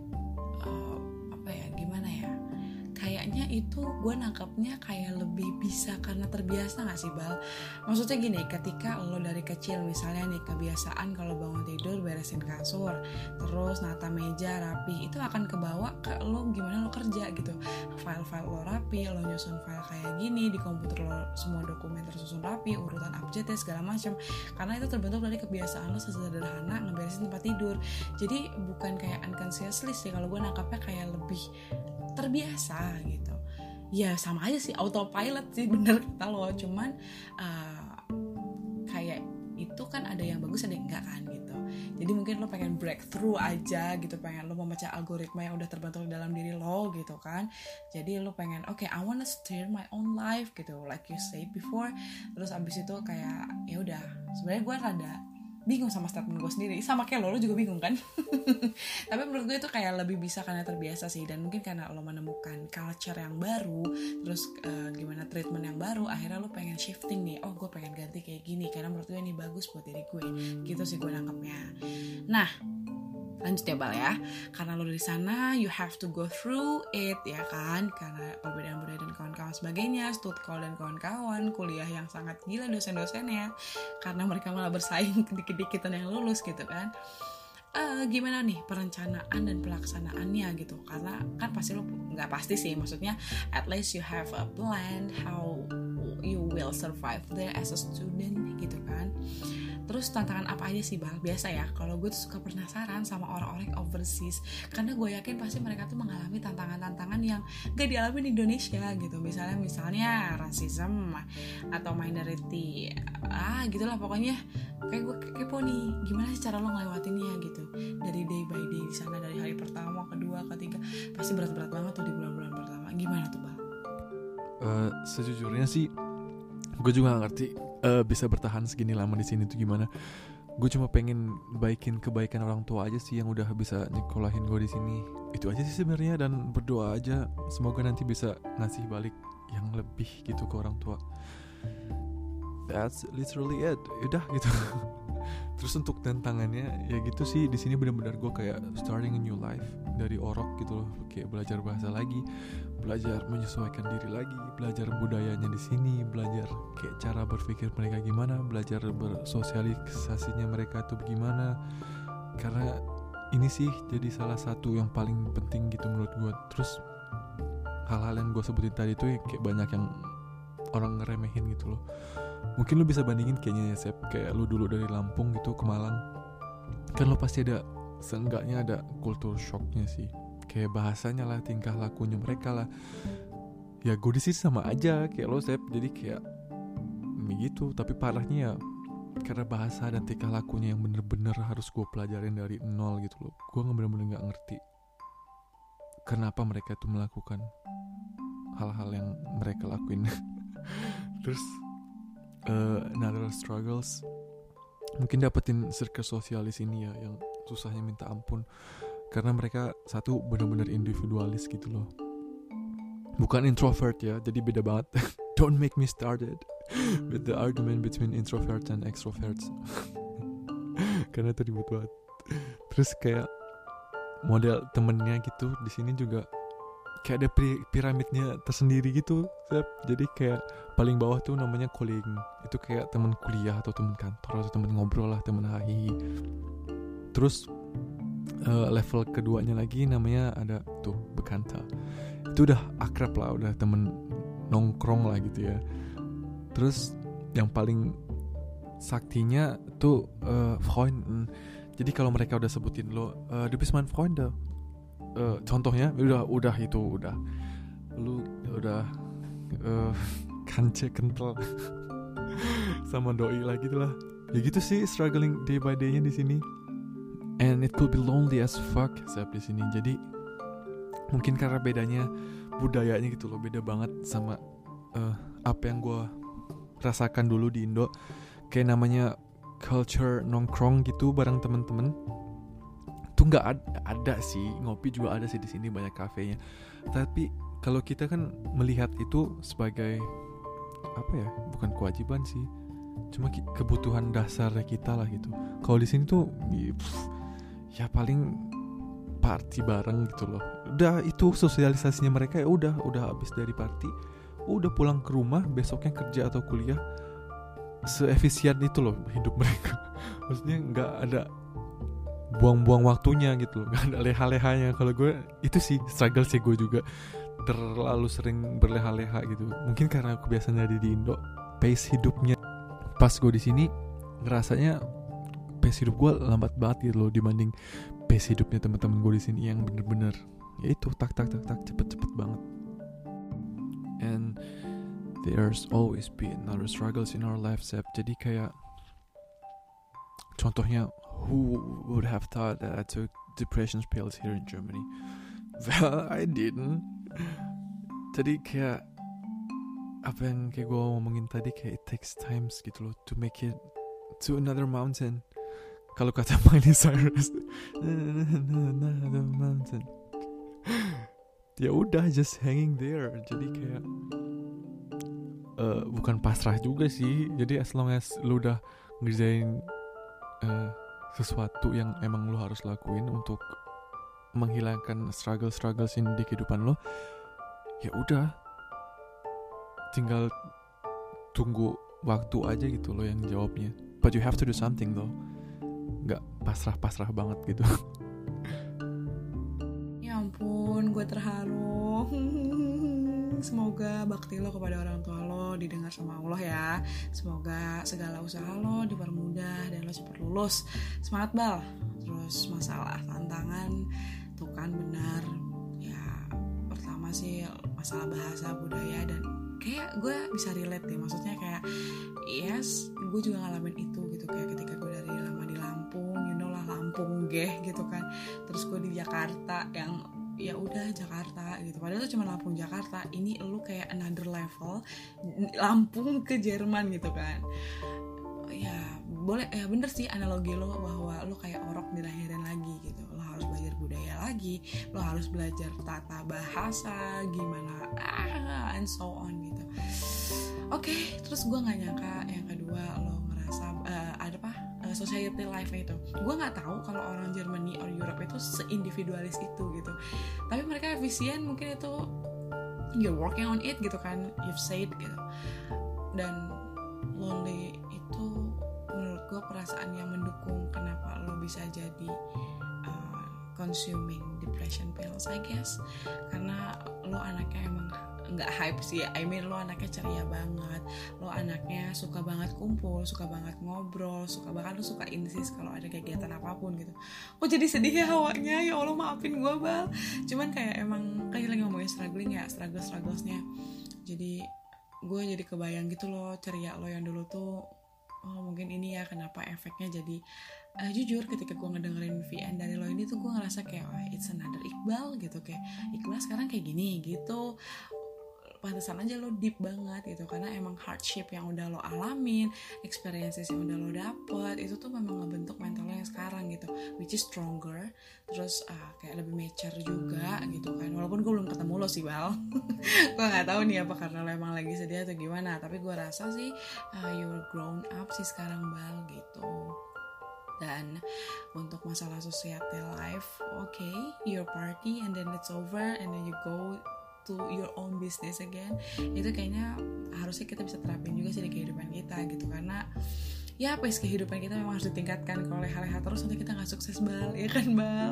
uh, apa ya, gimana ya? Kayaknya itu gue nangkepnya kayak lebih bisa karena terbiasa gak sih Bal? Maksudnya gini, ketika lo dari kecil misalnya nih kebiasaan kalau bangun tidur beresin kasur, terus nata meja rapi, itu akan kebawa ke lo gimana lo kerja gitu. File-file lo rapi, lo nyusun file kayak gini, di komputer lo semua dokumen tersusun rapi, urutan abjadnya segala macam. Karena itu terbentuk dari kebiasaan lo sesederhana ngeberesin tempat tidur. Jadi bukan kayak unconsciously sih, kalau gue nangkapnya kayak lebih terbiasa gitu. Ya sama aja sih, autopilot sih, bener kata lo. Cuman uh, kayak itu kan ada yang bagus ada yang enggak kan gitu. Jadi mungkin lo pengen breakthrough aja gitu, pengen lo memecah algoritma yang udah terbentuk dalam diri lo gitu kan. Jadi lo pengen oke okay, I wanna steer my own life gitu, like you said before. Terus abis itu kayak ya udah, sebenarnya gue rada bingung sama statement gue sendiri, sama kayak lo, lo juga bingung kan. Tapi menurut gue itu kayak lebih bisa karena terbiasa sih, dan mungkin karena lo menemukan culture yang baru, terus uh, gimana treatment yang baru, akhirnya lo pengen shifting nih, oh gue pengen ganti kayak gini karena menurut gue ini bagus buat diri gue, gitu sih gue nangkepnya. Nah lanjut ya Bal ya, karena lo dari sana you have to go through it ya kan, karena perbedaan budaya dan kawan-kawan sebagainya, stud call dan kawan-kawan, kuliah yang sangat gila dosen-dosennya karena mereka malah bersaing dikit-dikitan yang lulus gitu kan. Uh, gimana nih perencanaan dan pelaksanaannya gitu, karena kan pasti lo nggak pasti sih, maksudnya at least you have a plan how you will survive there as a student gitu kan. Terus tantangan apa aja sih Bal? Biasa ya, kalau gue tuh suka penasaran sama orang-orang overseas, karena gue yakin pasti mereka tuh mengalami tantangan-tantangan yang gak dialami di Indonesia gitu. Misalnya misalnya rasisme atau minority, ah gitulah pokoknya. Kayak gue kepo nih, gimana sih cara lo ngelewatinnya gitu, dari day by day di sana, dari hari pertama, kedua, ketiga, pasti berat-berat banget tuh di bulan-bulan pertama. Gimana tuh Bal? Uh, sejujurnya sih, gue juga gak ngerti uh, bisa bertahan segini lama di sini tuh gimana. Gue cuma pengen baikin kebaikan orang tua aja sih yang udah bisa nyekolahin gue di sini. Itu aja sih sebenarnya, dan berdoa aja semoga nanti bisa ngasih balik yang lebih gitu ke orang tua. That's literally it. Udah gitu. Terus untuk tantangannya ya gitu sih, di sini benar-benar gue kayak starting a new life dari orok gitu loh, kayak belajar bahasa lagi, belajar menyesuaikan diri lagi, belajar budayanya di sini, belajar kayak cara berpikir mereka gimana, belajar bersosialisasinya mereka tuh gimana. Karena ini sih jadi salah satu yang paling penting gitu menurut gue. Terus hal-hal yang gue sebutin tadi tuh kayak banyak yang orang ngeremehin gitu loh. Mungkin lu bisa bandingin kayaknya ya Sep, kayak lu dulu dari Lampung gitu ke Malang, kan lo pasti ada, seenggaknya ada culture shocknya sih, kayak bahasanya lah, tingkah lakunya mereka lah. Ya gue di sini sama aja kayak lo Sep, jadi kayak begitu. Tapi parahnya ya karena bahasa dan tingkah lakunya yang bener-bener harus gue pelajarin dari nol gitu loh. Gue nggak bener-bener nggak ngerti kenapa mereka tuh melakukan hal-hal yang mereka lakuin. Terus Uh, another struggles mungkin dapetin circle sosialis ini ya, yang susahnya minta ampun, karena mereka satu benar-benar individualis gitu loh, bukan introvert ya, jadi beda banget. Don't make me started with the argument between introverts and extroverts. Karena itu ribet banget. Terus kayak model temennya gitu di sini juga kayak ada pi- piramidnya tersendiri gitu, Sep. Jadi kayak paling bawah tuh namanya calling, itu kayak teman kuliah atau teman kantor atau teman ngobrol lah, teman hahi. Terus uh, level keduanya lagi namanya ada tuh bekanta, itu udah akrab lah, udah temen nongkrong lah gitu ya. Terus yang paling saktinya tuh uh, Freund. Jadi kalau mereka udah sebutin lo uh, du bist mein Freund, uh, contohnya udah udah itu udah lu udah uh, kance kental sama doi lah gitu lah. Ya gitu sih struggling day by day-nya di sini. And it could be lonely as fuck Sep di sini. Jadi mungkin karena bedanya budayanya gitu loh, beda banget sama uh, apa yang gue rasakan dulu di Indo. Kayak namanya culture nongkrong gitu bareng temen-temen tuh nggak ada, ada sih, ngopi juga ada sih di sini, banyak kafenya. Tapi kalau kita kan melihat itu sebagai apa ya, bukan kewajiban sih, cuma kebutuhan dasar kita lah gitu. Kalau di sini tuh ya paling party bareng gitu loh. Udah itu sosialisasinya mereka, ya udah udah habis dari party, udah pulang ke rumah, besoknya kerja atau kuliah. Seefisien itu loh hidup mereka. Maksudnya nggak ada buang-buang waktunya gitu loh, nggak ada leha-lehanya. Kalau gue itu sih struggle sih, gue juga terlalu sering berleha-leha gitu. Mungkin karena kebiasaan dari di Indo, pace hidupnya. Pas gue di sini ngerasanya pace hidup gue lambat banget gitu loh dibanding pace hidupnya teman-teman gue di sini yang bener-bener ya itu tak tak tak tak cepet-cepet banget. And there's always been another struggles in our life, Sep. Jadi kayak contohnya, who would have thought that I took depression pills here in Germany? Well, I didn't. Jadi kayak apa yang kayak gue ngomongin tadi, kayak it takes times gitu loh to make it to another mountain. Kalau kata Miley Cyrus, another mountain. Ya udah, just hanging there. Jadi kayak uh, bukan pasrah juga sih. Jadi as long as lu udah ngerjain uh, sesuatu yang emang lu harus lakuin untuk menghilangkan struggle-struggles di kehidupan lo, ya udah, tinggal tunggu waktu aja gitu lo yang jawabnya. But you have to do something though. Nggak pasrah-pasrah banget gitu. Ya ampun, gue terharu. Semoga bakti lo kepada orang tua lo didengar sama Allah ya. Semoga segala usaha lo dipermudah dan lo cepat lulus. Semangat Bal. Terus masalah tantangan tuh kan benar. Ya pertama sih masalah bahasa, budaya, dan kayak gue bisa relate deh. Maksudnya kayak yes, gue juga ngalamin itu gitu. Kayak ketika gue dari lama di Lampung, you know lah Lampung geh gitu kan. Terus gue di Jakarta yang ya udah Jakarta gitu, padahal itu cuma Lampung Jakarta. Ini lu kayak another level, Lampung ke Jerman gitu kan. Ya boleh, ya bener sih analogi lo bahwa lo kayak orok dilahirin lagi gitu. Lo harus belajar budaya lagi, lo harus belajar tata bahasa gimana, ah, and so on gitu. Oke, okay, terus gue nggak nyangka yang kedua lo ngerasa uh, ada apa uh, society life-nya itu. Gue nggak tahu kalau orang Germany or Europe itu seindividualis itu gitu. Tapi mereka efisien, mungkin itu you're working on it gitu kan, you've said gitu. Dan lonely itu menurut gue perasaan yang mendukung kenapa lo bisa jadi uh, consuming depression pills, I guess. Karena lo anaknya emang nggak hype sih, I mean lo anaknya ceria banget, lo anaknya suka banget kumpul, suka banget ngobrol, suka bahkan lo suka insist kalau ada kegiatan apapun gitu. Kok jadi sedih ya hawanya, ya Allah maafin gue Bal. Cuman kayak emang kayak lagi ngomongin struggling ya, struggle strugglesnya. Jadi gue jadi kebayang gitu loh ceria lo yang dulu tuh. Oh mungkin ini ya kenapa efeknya jadi uh, jujur ketika gue ngedengerin V N dari lo ini tuh gue ngerasa kayak oh, it's another Iqbal gitu, kayak Iqbal sekarang kayak gini gitu. Pantesan aja lo deep banget gitu, karena emang hardship yang udah lo alamin, experiences yang udah lo dapet, itu tuh memang ngebentuk mental lo yang sekarang gitu, which is stronger. Terus uh, kayak lebih mature juga gitu kan, walaupun gue belum ketemu lo sih Bal. Gue nggak tahu nih apa karena lo emang lagi sedih atau gimana, tapi gue rasa sih uh, you're grown up sih sekarang Bal gitu. Dan untuk masalah societal life, okay, your party and then it's over and then you go to your own business again. Itu kayaknya harusnya kita bisa terapin juga sih di kehidupan kita gitu, karena ya pace kehidupan kita memang harus ditingkatkan. Kalau leha-leha terus nanti kita gak sukses Bal, ya kan Bal?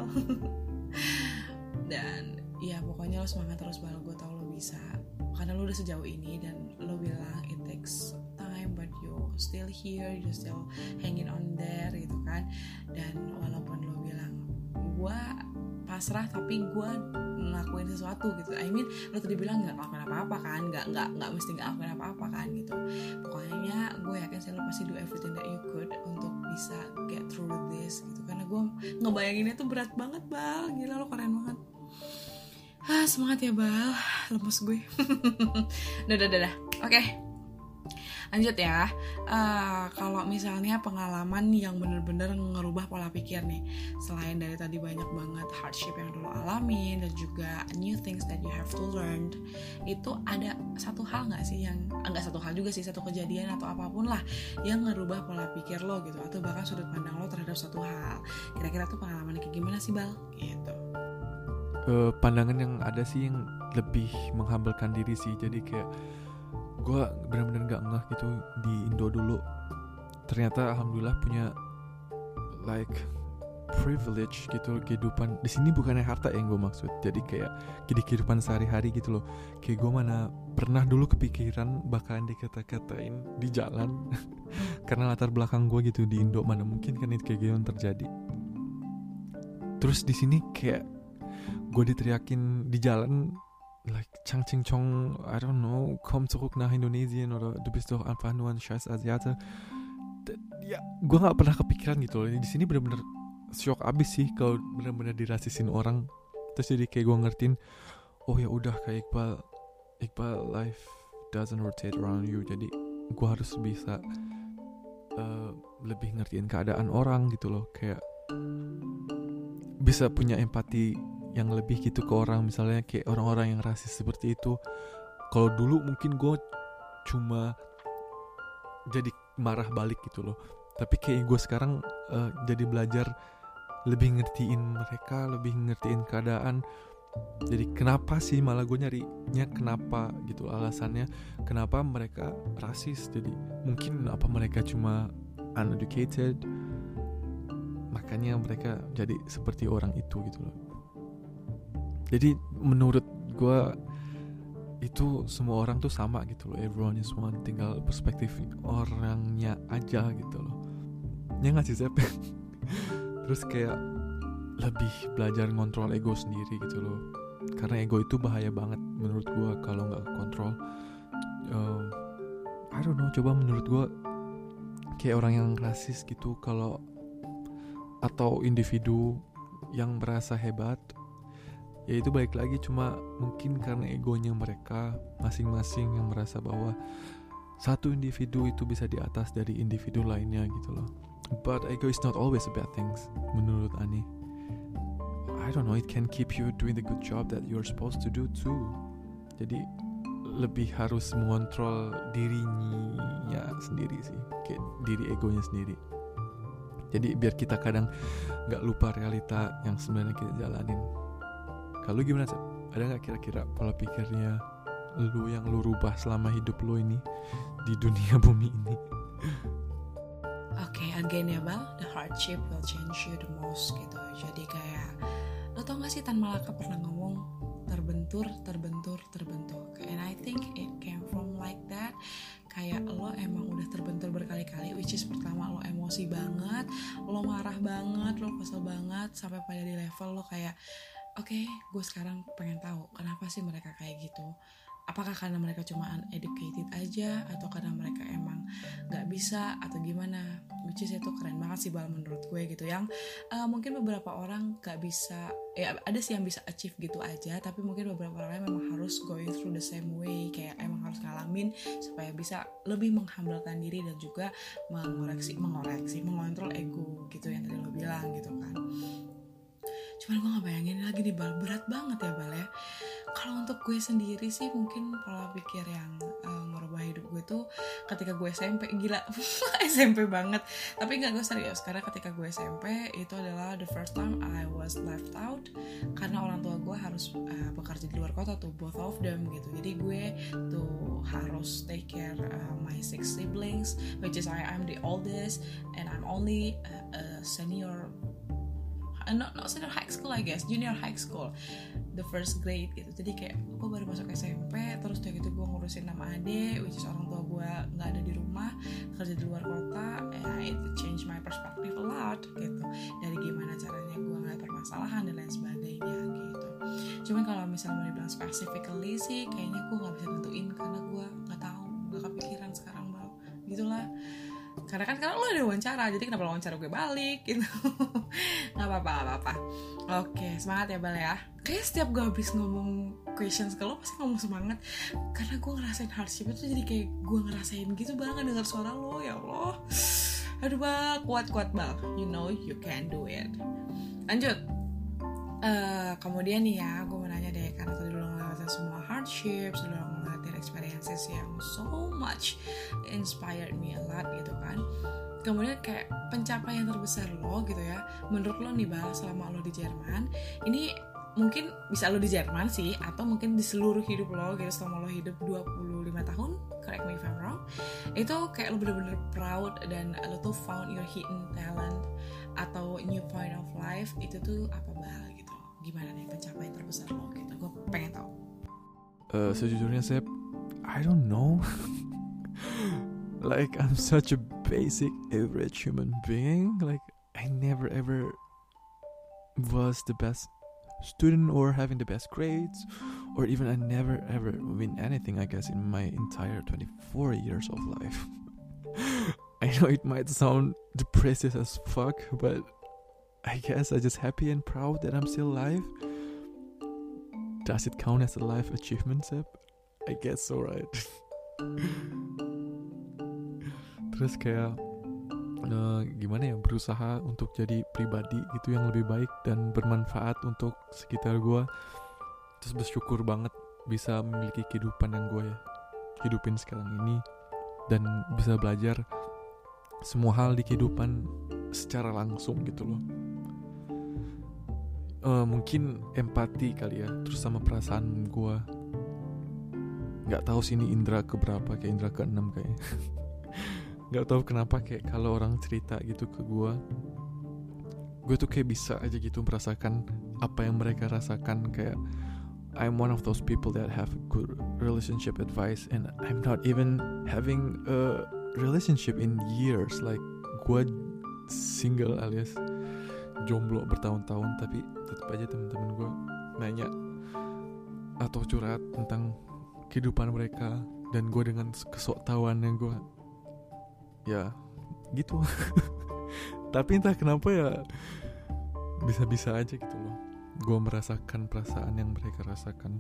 Dan ya pokoknya lo semangat terus Bal, gue tau lo bisa, karena lo udah sejauh ini dan lo bilang it takes time but you still here, you still hanging on there gitu kan. Dan walaupun lo bilang gue pasrah tapi gue ngelakuin sesuatu gitu, I mean lo tadi bilang nggak ngelakuin apa-apa kan, nggak nggak nggak mesti nggak ngelakuin apa-apa kan gitu. Pokoknya gue yakin sih lo pasti do everything that you could untuk bisa get through this gitu, karena gue ngebayanginnya tuh berat banget Bal, gila lo keren banget. Ah, semangat ya Bal, lemes gue. Dadah dadah. Oke, lanjut ya. Uh, kalau misalnya pengalaman yang bener-bener ngerubah pola pikir nih, selain dari tadi banyak banget hardship yang dulu alamin dan juga new things that you have to learn, itu ada satu hal nggak sih yang enggak satu hal juga sih, satu kejadian atau apapun lah yang ngerubah pola pikir lo gitu, atau bahkan sudut pandang lo terhadap satu hal. Kira-kira tuh pengalaman kayak gimana sih Bal? Gitu. Uh, pandangan yang ada sih yang lebih menghambalkan diri sih. Jadi kayak gue benar-benar gak ngeh gitu di Indo dulu. Ternyata alhamdulillah punya like privilege gitu kehidupan di sini, bukannya harta yang gue maksud. Jadi kayak di kehidupan sehari-hari gitu loh. Kayak gue mana pernah dulu kepikiran bakalan dikata-katain di jalan karena latar belakang gue gitu di Indo, mana mungkin kan itu kayak gitu yang terjadi. Terus di sini kayak gue diteriakin di jalan like Chang Ching Chong, I don't know, komm zurück nach Indonesien oder du bist doch einfach nur ein scheiß Asiate. D- ya, gue nggak pernah kepikiran gitu loh. Di sini benar-benar shock abis sih kalau benar-benar dirasisin orang. Terus jadi kayak gue ngertiin, oh ya udah kayak Iqbal, Iqbal life doesn't rotate around you. Jadi gue harus bisa uh, lebih ngertiin keadaan orang gitu loh, kayak bisa punya empati yang lebih gitu ke orang, misalnya kayak orang-orang yang rasis seperti itu. Kalau dulu mungkin gue cuma jadi marah balik gitu loh, tapi kayak gue sekarang uh, jadi belajar lebih ngertiin mereka, lebih ngertiin keadaan. Jadi kenapa sih malah gue nyarinya kenapa gitu, alasannya kenapa mereka rasis. Jadi mungkin apa mereka cuma uneducated, makanya mereka jadi seperti orang itu gitu loh. Jadi menurut gue itu semua orang tuh sama gitu loh, everyone is one, tinggal perspektif orangnya aja gitu loh. Ya gak sih Zep? Terus kayak lebih belajar ngontrol ego sendiri gitu loh, karena ego itu bahaya banget menurut gue kalau gak kontrol. um, I don't know, coba menurut gue kayak orang yang rasis gitu, kalau atau individu yang merasa hebat, ya itu balik lagi cuma mungkin karena egonya mereka masing-masing yang merasa bahwa satu individu itu bisa di atas dari individu lainnya gitu loh. But ego is not always a bad thing menurut Ani. I don't know, it can keep you doing the good job that you're supposed to do too. Jadi lebih harus mengontrol dirinya sendiri sih, kayak diri egonya sendiri. Jadi biar kita kadang gak lupa realita yang sebenarnya kita jalanin. Kalau gimana sih? Ada gak kira-kira pola pikirnya lu yang lu rubah selama hidup lu ini di dunia bumi ini? Oke, okay, again ya Bal, the hardship will change you the most gitu. Jadi kayak, lo tau gak sih Tan Malaka pernah ngomong terbentur, terbentur, terbentuk. And I think it came from like that. Kayak lo emang udah terbentur berkali-kali, which is pertama lo emosi banget, lo marah banget, lo kesel banget, sampai pada di level lo kayak, oke, okay, gue sekarang pengen tahu kenapa sih mereka kayak gitu. Apakah karena mereka cuma uneducated aja, atau karena mereka emang gak bisa, atau gimana. Which is itu keren banget sih Bal menurut gue gitu. Yang uh, mungkin beberapa orang gak bisa, ya ada sih yang bisa achieve gitu aja, tapi mungkin beberapa orang memang harus going through the same way. Kayak emang harus ngalamin supaya bisa lebih menghambalkan diri dan juga mengoreksi, mengoreksi, mengontrol ego gitu yang tadi lo bilang gitu kan. Cuman gue gak bayangin lagi nih Bal, berat banget ya Bal ya. Kalau untuk gue sendiri sih mungkin pola pikir yang uh, ngerubah hidup gue tuh ketika gue S M P. Gila S M P banget. Tapi gak, gue serius, karena ketika gue S M P itu adalah the first time I was left out, karena orang tua gue harus uh, bekerja di luar kota tuh, both of them gitu. Jadi gue tuh harus take care uh, my six siblings, which is I I'm the oldest and I'm only uh, a senior, uh, not not senior high school I guess, junior high school, the first grade gitu. Jadi kayak gue baru masuk S M P, terus udah gitu gue ngurusin enam adik, which is orang tua gue nggak ada di rumah, kerja di luar kota. And it changed my perspective a lot gitu, dari gimana caranya gue ngeliat permasalahan dan lain sebagainya gitu. Cuman kalau misalnya mau dibilang specifically sih, kayaknya gue nggak bisa tentuin karena gue nggak tahu, nggak kepikiran sekarang Bal, gitulah. Karena kan sekarang lo ada wawancara, jadi kenapa lo wawancara gue balik gitu. Nggak apa-apa, nggak apa-apa. Oke, semangat ya Bal ya. Kayaknya setiap gue habis ngomong questions ke lo pasti ngomong semangat, karena gue ngerasain hardship itu, jadi kayak gue ngerasain gitu banget denger suara lo. Ya Allah, aduh Bal, kuat-kuat Bal, you know you can do it. Lanjut. Uh, kemudian nih ya, gue mau nanya deh, karena tadi lo ngelewatin semua hardships, lo ngelewatin experiences yang so much inspired me a lot gitu kan. Kemudian kayak pencapaian terbesar lo gitu ya, menurut lo nih Bal, selama lo di Jerman, ini mungkin bisa lo di Jerman sih, atau mungkin di seluruh hidup lo gitu, selama lo hidup dua puluh lima tahun, correct me if I'm wrong, itu kayak lo bener-bener proud dan lo tuh found your hidden talent atau new point of life, itu tuh apa Bal gitu? Gimana nih pencapaian terbesar lo gitu? Gue pengen tahu. Uh, sejujurnya saya, I don't know. Like I'm such a basic average human being. Like I never ever was the best student or having the best grades, or even I never ever win anything, I guess, in my entire twenty-four years of life. I know it might sound depressive as fuck, but I guess I'm just happy and proud that I'm still alive. Does it count as a life achievement, Seb? I guess so, right? Terus kayak uh, gimana ya, berusaha untuk jadi pribadi gitu yang lebih baik dan bermanfaat untuk sekitar gue. Terus bersyukur banget bisa memiliki kehidupan yang gue ya hidupin sekarang ini, dan bisa belajar semua hal di kehidupan secara langsung gitu loh. Uh, mungkin empati kali ya, terus sama perasaan gue. Nggak tahu sih ini indra keberapa, kayak indra keenam kayaknya. Nggak tahu kenapa kayak kalau orang cerita gitu ke gue, gue tuh kayak bisa aja gitu merasakan apa yang mereka rasakan. Kayak I'm one of those people that have good relationship advice, and I'm not even having a relationship in years. Like gue single alias jomblo bertahun-tahun, tapi tetap aja teman-teman gue nanya atau curhat tentang kehidupan mereka, dan gue dengan kesoktahuannya gue ya gitu. Tapi entah kenapa ya bisa-bisa aja gitu loh gue merasakan perasaan yang mereka rasakan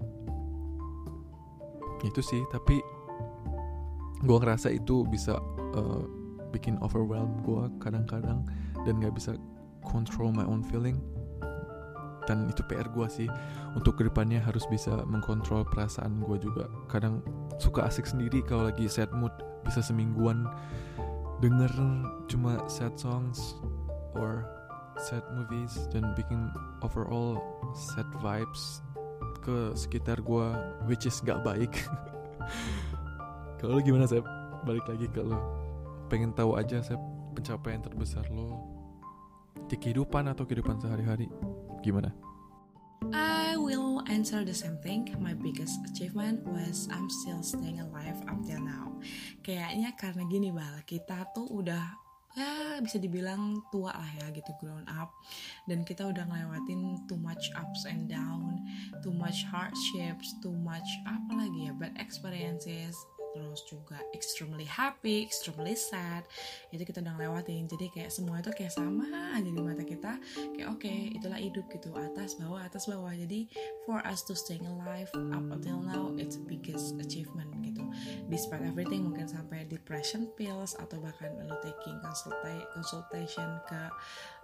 itu sih. Tapi gue ngerasa itu bisa uh, bikin overwhelm gue kadang-kadang, dan gak bisa control my own feeling. Dan itu P R gue sih, untuk kedepannya harus bisa mengkontrol perasaan gue juga. Kadang suka asik sendiri kalau lagi sad mood, bisa semingguan denger cuma sad songs or sad movies, dan bikin overall sad vibes ke sekitar gue, which is gak baik. Kalau lo gimana, Seb? Balik lagi ke lo, pengen tahu aja, Seb, pencapaian terbesar lo di kehidupan atau kehidupan sehari-hari gimana? I will answer the same thing. My biggest achievement was I'm still staying alive up till now. Kayaknya karena gini Bal, kita tuh udah ya bisa dibilang tua lah ya gitu, grown up, dan kita udah ngelewatin too much ups and down, too much hardships, too much apa lagi ya, bad experiences, terus juga extremely happy, extremely sad, itu kita udah ngelewatin. Jadi kayak semua itu kayak sama aja di mata kita, kayak oke, okay, itulah hidup gitu, atas bawah atas bawah. Jadi for us to staying alive up until now, it's the biggest achievement gitu. Despite everything, mungkin sampai depression pills, atau bahkan lo taking consulta- consultation ke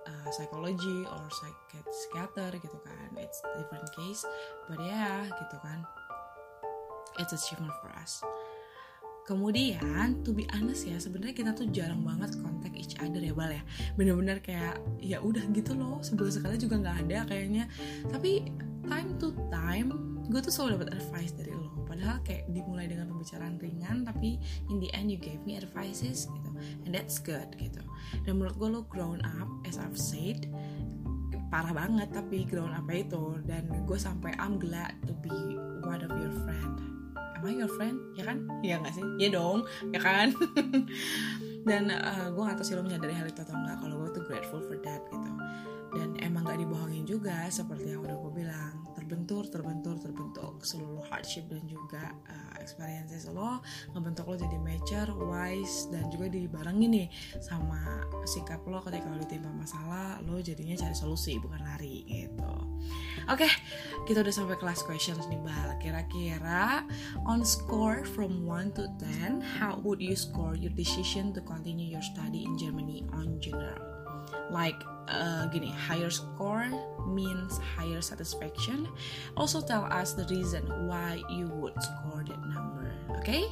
uh, psychology or psychiater gitu kan, it's different case, but ya yeah, gitu kan, it's achievement for us. Kemudian, to be honest ya, sebenarnya kita tuh jarang banget contact each other ya Bal ya. Bener-bener kayak ya udah gitu loh, sebulan sekali juga nggak ada kayaknya. Tapi time to time, gue tuh selalu dapat advice dari lo. Padahal kayak dimulai dengan pembicaraan ringan, tapi in the end you gave me advices gitu, and that's good gitu. Dan menurut gue lo grown up, as I've said, parah banget tapi grown up itu. Dan gue sampai I'm glad to be one of your friend. Am I your friend? Ya kan? Ya gak sih? Ya dong, ya kan? Dan uh, gue gak tau sih lo menyadari hal itu atau enggak. Kalau gue tuh grateful for that gitu. Dan emang gak dibohongin juga, seperti yang udah gue bilang, terbentur, terbentur, terbentuk seluruh hardship dan juga uh, experiences lo ngebentuk lo jadi mature, wise, dan juga dibarengin nih sama sikap lo ketika lo ditimpa masalah, lo jadinya cari solusi bukan lari gitu. Oke, okay, kita udah sampai kelas questions nih Bal. Kira-kira on score from one to ten, how would you score your decision to continue your study in Germany on general? Like uh, gini, higher score means higher satisfaction. Also tell us the reason why you would score that number. Oke? Okay?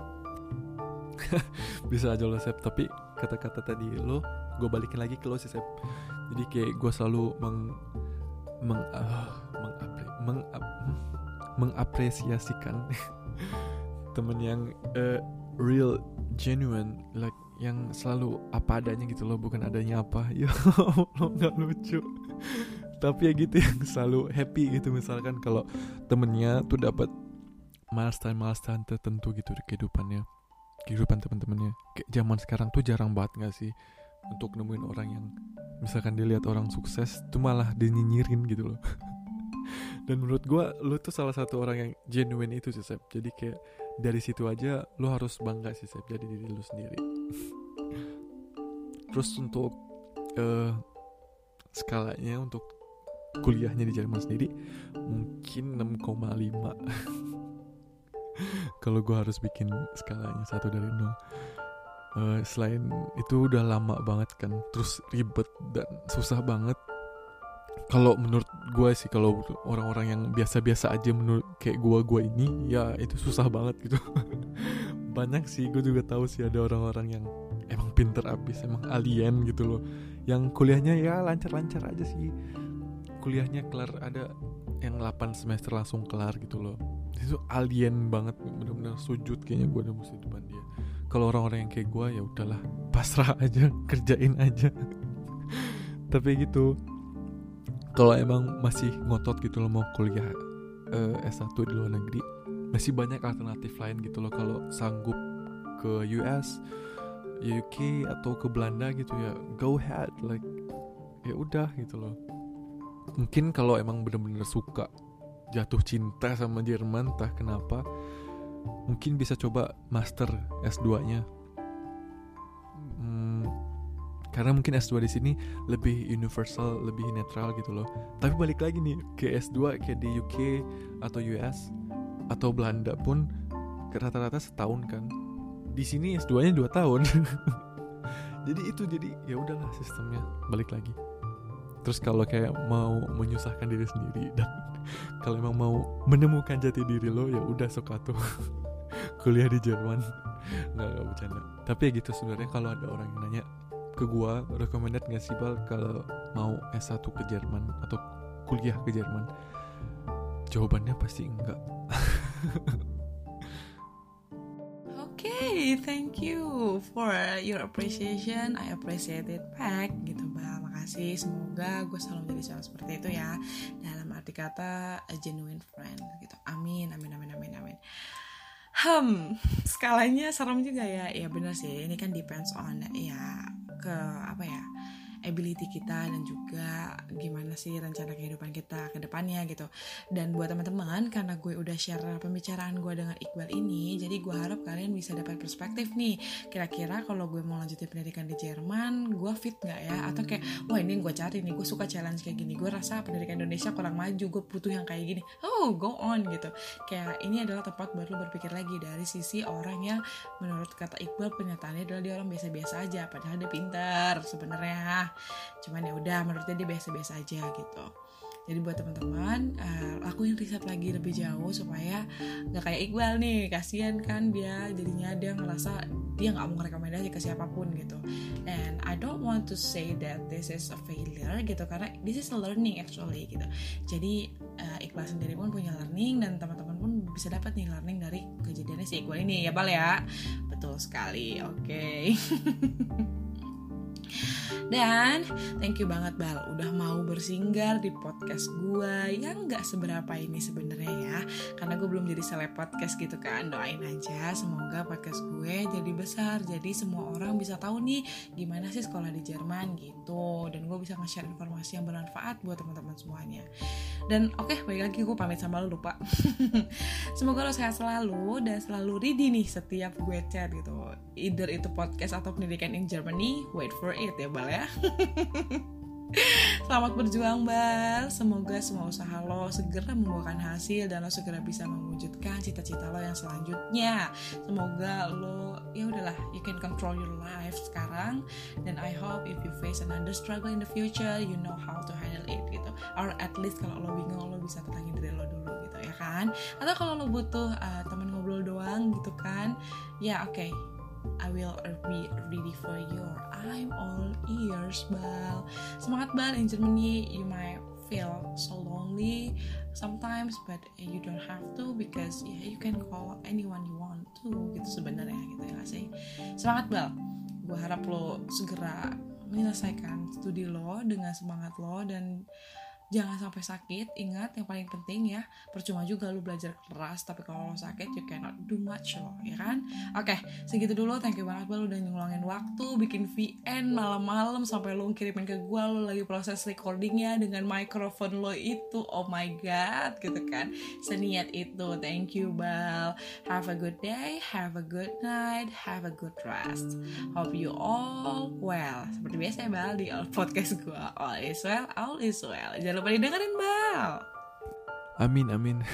Bisa aja lo Sep, tapi kata-kata tadi lo gue balikin lagi ke lo sih Sep. Jadi kayak gue selalu meng meng uh, mengapre, meng, uh, mengapresiasikan temen yang uh, real, genuine, like yang selalu apa adanya gitu loh, bukan adanya apa. Ya lo nggak lucu, tapi ya gitu, yang selalu happy gitu. Misalkan kalau temennya tuh dapat milestone milestone tertentu gitu di kehidupannya, kehidupan teman-temannya. Kayak zaman sekarang tuh jarang banget nggak sih untuk nemuin orang yang misalkan dilihat orang sukses tuh malah dinyinyirin gitu loh. Dan menurut gue lu tuh salah satu orang yang genuine itu sih Sep. Jadi kayak dari situ aja lu harus bangga sih Sep, jadi diri lu sendiri. Terus untuk uh, skalanya untuk kuliahnya di Jerman sendiri mungkin enam koma lima. Kalau gue harus bikin skalanya satu dari nol. Uh, selain itu udah lama banget kan, terus ribet dan susah banget. Kalau menurut gue sih, kalau orang-orang yang biasa-biasa aja menurut kayak gue-gue ini, ya itu susah banget gitu. Banyak sih, gue juga tahu sih ada orang-orang yang emang pinter abis, emang alien gitu loh, yang kuliahnya ya lancar-lancar aja sih. Kuliahnya kelar, ada yang delapan semester langsung kelar gitu loh. Itu alien banget, bener-bener sujud kayaknya gue udah mesti depan dia. Kalau orang-orang yang kayak gue ya udahlah, pasrah aja, kerjain aja. Tapi gitu, kalau emang masih ngotot gitu loh mau kuliah uh, S satu di luar negeri, masih banyak alternatif lain gitu loh. Kalau sanggup ke U S, U K atau ke Belanda gitu ya, go ahead, like ya udah gitu loh. Mungkin kalau emang bener-bener suka, jatuh cinta sama Jerman, entah kenapa, mungkin bisa coba master S dua-nya. Hmm, karena mungkin S dua di sini lebih universal, lebih netral gitu loh. Tapi balik lagi nih ke S dua kayak di U K atau U S atau Belanda pun rata-rata setahun kan. Di sini S dua-nya dua tahun. Jadi itu jadi ya udahlah sistemnya, balik lagi. Terus kalau kayak mau menyusahkan diri sendiri dan kalau emang mau menemukan jati diri lo, ya udah sok atuh kuliah di Jerman. Nggak, nggak bercanda. Tapi ya gitu sebenarnya, kalau ada orang yang nanya ke gua, recommended nggak sih Bal kalau mau S satu ke Jerman atau kuliah ke Jerman? Jawabannya pasti enggak. Okay, thank you for your appreciation. I appreciate it back gitu Bal. Makasih, semoga gue selalu menjadi seorang seperti itu ya, dalam arti kata a genuine friend gitu. Amin, amin, amin, amin, amin. Hmm, skalanya serem juga ya. Ya benar sih, ini kan depends on ya ke apa ya, ability kita dan juga gimana sih rencana kehidupan kita ke depannya gitu. Dan buat teman-teman, karena gue udah share pembicaraan gue dengan Iqbal ini, jadi gue harap kalian bisa dapat perspektif nih, kira-kira kalau gue mau lanjutin pendidikan di Jerman, gue fit gak ya? Atau kayak, wah ini gue cari nih, gue suka challenge kayak gini, gue rasa pendidikan Indonesia kurang maju, gue butuh yang kayak gini. Oh, go on gitu. Kayak ini adalah tempat buat lo berpikir lagi dari sisi orang yang menurut kata Iqbal, pernyataannya adalah dia orang biasa-biasa aja, padahal dia pintar sebenarnya. Cuman ya udah, menurutnya dia biasa-biasa aja gitu. Jadi buat teman-teman, uh, lakuin riset lagi lebih jauh supaya nggak kayak Iqbal nih, kasihan kan dia, jadinya dia ngerasa dia nggak mau ngerekomendasi ke siapapun gitu. And I don't want to say that this is a failure gitu, karena this is a learning actually gitu. Jadi uh, Iqbal sendiri pun punya learning dan teman-teman pun bisa dapat nih learning dari kejadiannya si Iqbal ini ya Bal ya. Betul sekali, oke. Okay. Dan thank you banget Bal udah mau bersinggah di podcast gue yang gak seberapa ini sebenarnya ya, karena gue belum jadi seleb podcast gitu kan. Doain aja semoga podcast gue jadi besar, jadi semua orang bisa tahu nih gimana sih sekolah di Jerman gitu, dan gue bisa nge-share informasi yang bermanfaat buat teman-teman semuanya. Dan oke, okay, balik lagi gue pamit sama lo lupa. Semoga lo sehat selalu dan selalu ready nih setiap gue chat gitu, either itu podcast atau pendidikan in Germany, wait for it ya Bal ya. Selamat berjuang Bal, semoga semua usaha lo segera membuahkan hasil dan lo segera bisa mewujudkan cita-cita lo yang selanjutnya. Semoga lo ya udahlah, you can control your life sekarang, dan I hope if you face another struggle in the future, you know how to handle it gitu, or at least kalau lo bingung lo bisa tenangin diri lo dulu gitu ya kan. Atau kalau lo butuh uh, teman ngobrol doang gitu kan, ya oke, okay, I will be ready for you. I'm all ears, Bal. Semangat Bal, in Germany you might feel so lonely sometimes, but you don't have to, because yeah, you can call anyone you want to gitu sebenarnya gitu ya gak sih. Semangat Bal. Gue harap lo segera menyelesaikan studi lo dengan semangat lo, dan jangan sampai sakit. Ingat yang paling penting ya, percuma juga lu belajar keras tapi kalau lo sakit you cannot do much lo, ya kan? Oke, okay, segitu dulu. Thank you banget Bal udah ngulangin waktu bikin V N malam-malam sampai lu kirimin ke gue lu lagi proses recordingnya dengan mikrofon lo itu. Oh my god, gitu kan? Seniat itu. Thank you Bal. Have a good day, have a good night, have a good rest. Hope you all well. Seperti biasa ya Bal di podcast gue, all is well, all is well. Jangan lupa didengerin Bal. Amin amin.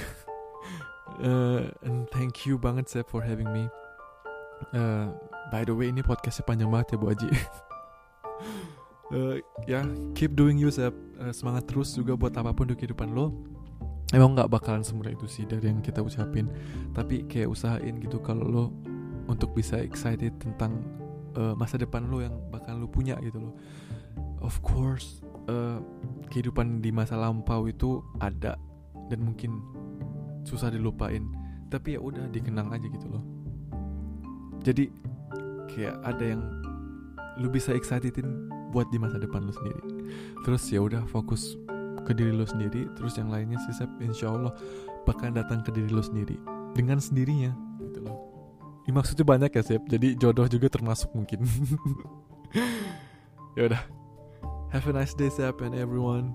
uh, and thank you banget Sep for having me. Uh, by the way ini podcastnya panjang banget ya Bu Aji. uh, ya yeah, keep doing you Sep. Uh, semangat terus juga buat apapun di kehidupan lo. Emang nggak bakalan semudah itu sih dari yang kita ucapin, tapi kayak usahain gitu kalau lo untuk bisa excited tentang uh, masa depan lo yang bakal lo punya gitu lo. Of course uh, kehidupan di masa lampau itu ada dan mungkin susah dilupain, tapi ya udah dikenang aja gitu loh. Jadi kayak ada yang lu bisa excitedin buat di masa depan lu sendiri. Terus ya udah fokus ke diri lu sendiri, terus yang lainnya sih Sep insyaallah bakal datang ke diri lu sendiri dengan sendirinya gitu loh. Ini maksudnya banyak ya Sep, jadi jodoh juga termasuk mungkin. Ya udah. Have a nice day, Sep, and everyone.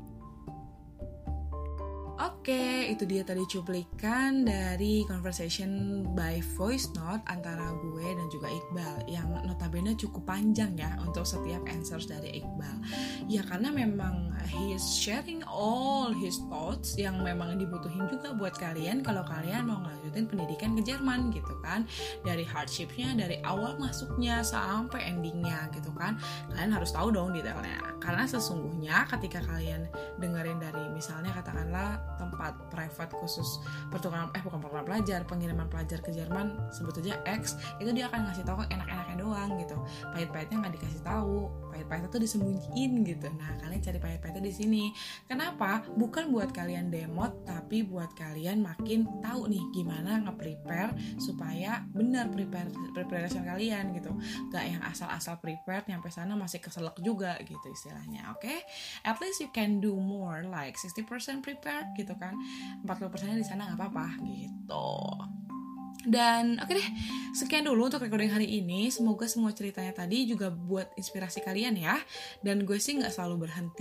Oke, itu dia tadi cuplikan dari conversation by voice note antara gue dan juga Iqbal, yang notabene cukup panjang ya untuk setiap answers dari Iqbal. Ya karena memang he is sharing all his thoughts yang memang dibutuhin juga buat kalian kalau kalian mau ngelanjutin pendidikan ke Jerman gitu kan. Dari hardshipnya, dari awal masuknya sampai endingnya gitu kan. Kalian harus tahu dong detailnya. Karena sesungguhnya ketika kalian dengerin dari misalnya katakanlah tempat private khusus pertukaran eh bukan pertukaran pelajar, pengiriman pelajar ke Jerman, sebut aja X, itu dia akan ngasih tahu enak-enaknya doang gitu. Pahit-pahitnya nggak dikasih tahu, pahit-pahitnya tuh disembunyiin gitu. Nah kalian cari pahit-pahitnya di sini. Kenapa? Bukan buat kalian demot, tapi buat kalian makin tahu nih gimana nge-prepare supaya benar prepare preparation kalian gitu. Gak yang asal-asal prepare nyampe sana masih keselak juga gitu istilahnya. Oke, okay? At least you can do more like sixty percent prepared gitu kan. empat puluh persen di sana nggak apa-apa gitu. Dan oke okay deh, sekian dulu untuk recording hari ini. Semoga semua ceritanya tadi juga buat inspirasi kalian ya. Dan gue sih nggak selalu berhenti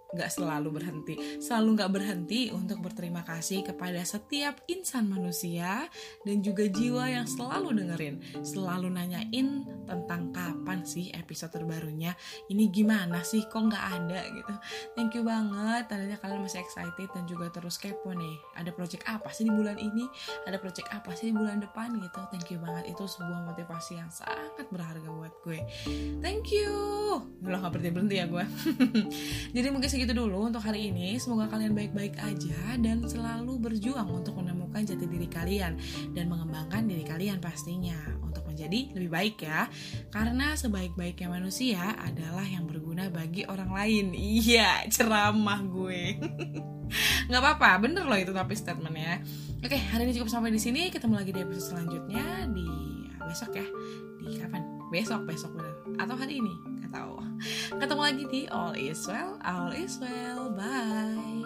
gak selalu berhenti, selalu gak berhenti untuk berterima kasih kepada setiap insan manusia dan juga jiwa yang selalu dengerin, selalu nanyain tentang kapan sih episode terbarunya, ini gimana sih kok gak ada gitu. Thank you banget, tandanya kalian masih excited dan juga terus kepo nih, ada project apa sih di bulan ini, ada project apa sih di bulan depan gitu. Thank you banget, itu sebuah motivasi yang sangat berharga buat gue. Thank you. Belum gak berhenti-berhenti ya gue. Jadi mungkin segitu dulu untuk hari ini. Semoga kalian baik-baik aja dan selalu berjuang untuk menemukan jati diri kalian dan mengembangkan diri kalian pastinya untuk menjadi lebih baik ya. Karena sebaik-baiknya manusia adalah yang berguna bagi orang lain. Iya, ceramah gue. Gak apa-apa, bener loh itu tapi statementnya. Oke, hari ini cukup sampai di sini. Ketemu lagi di episode selanjutnya di besok ya. Di kapan? Besok, besok bener. Atau hari ini? Gak tahu. Ketemu lagi di All Is Well, All Is Well. Bye.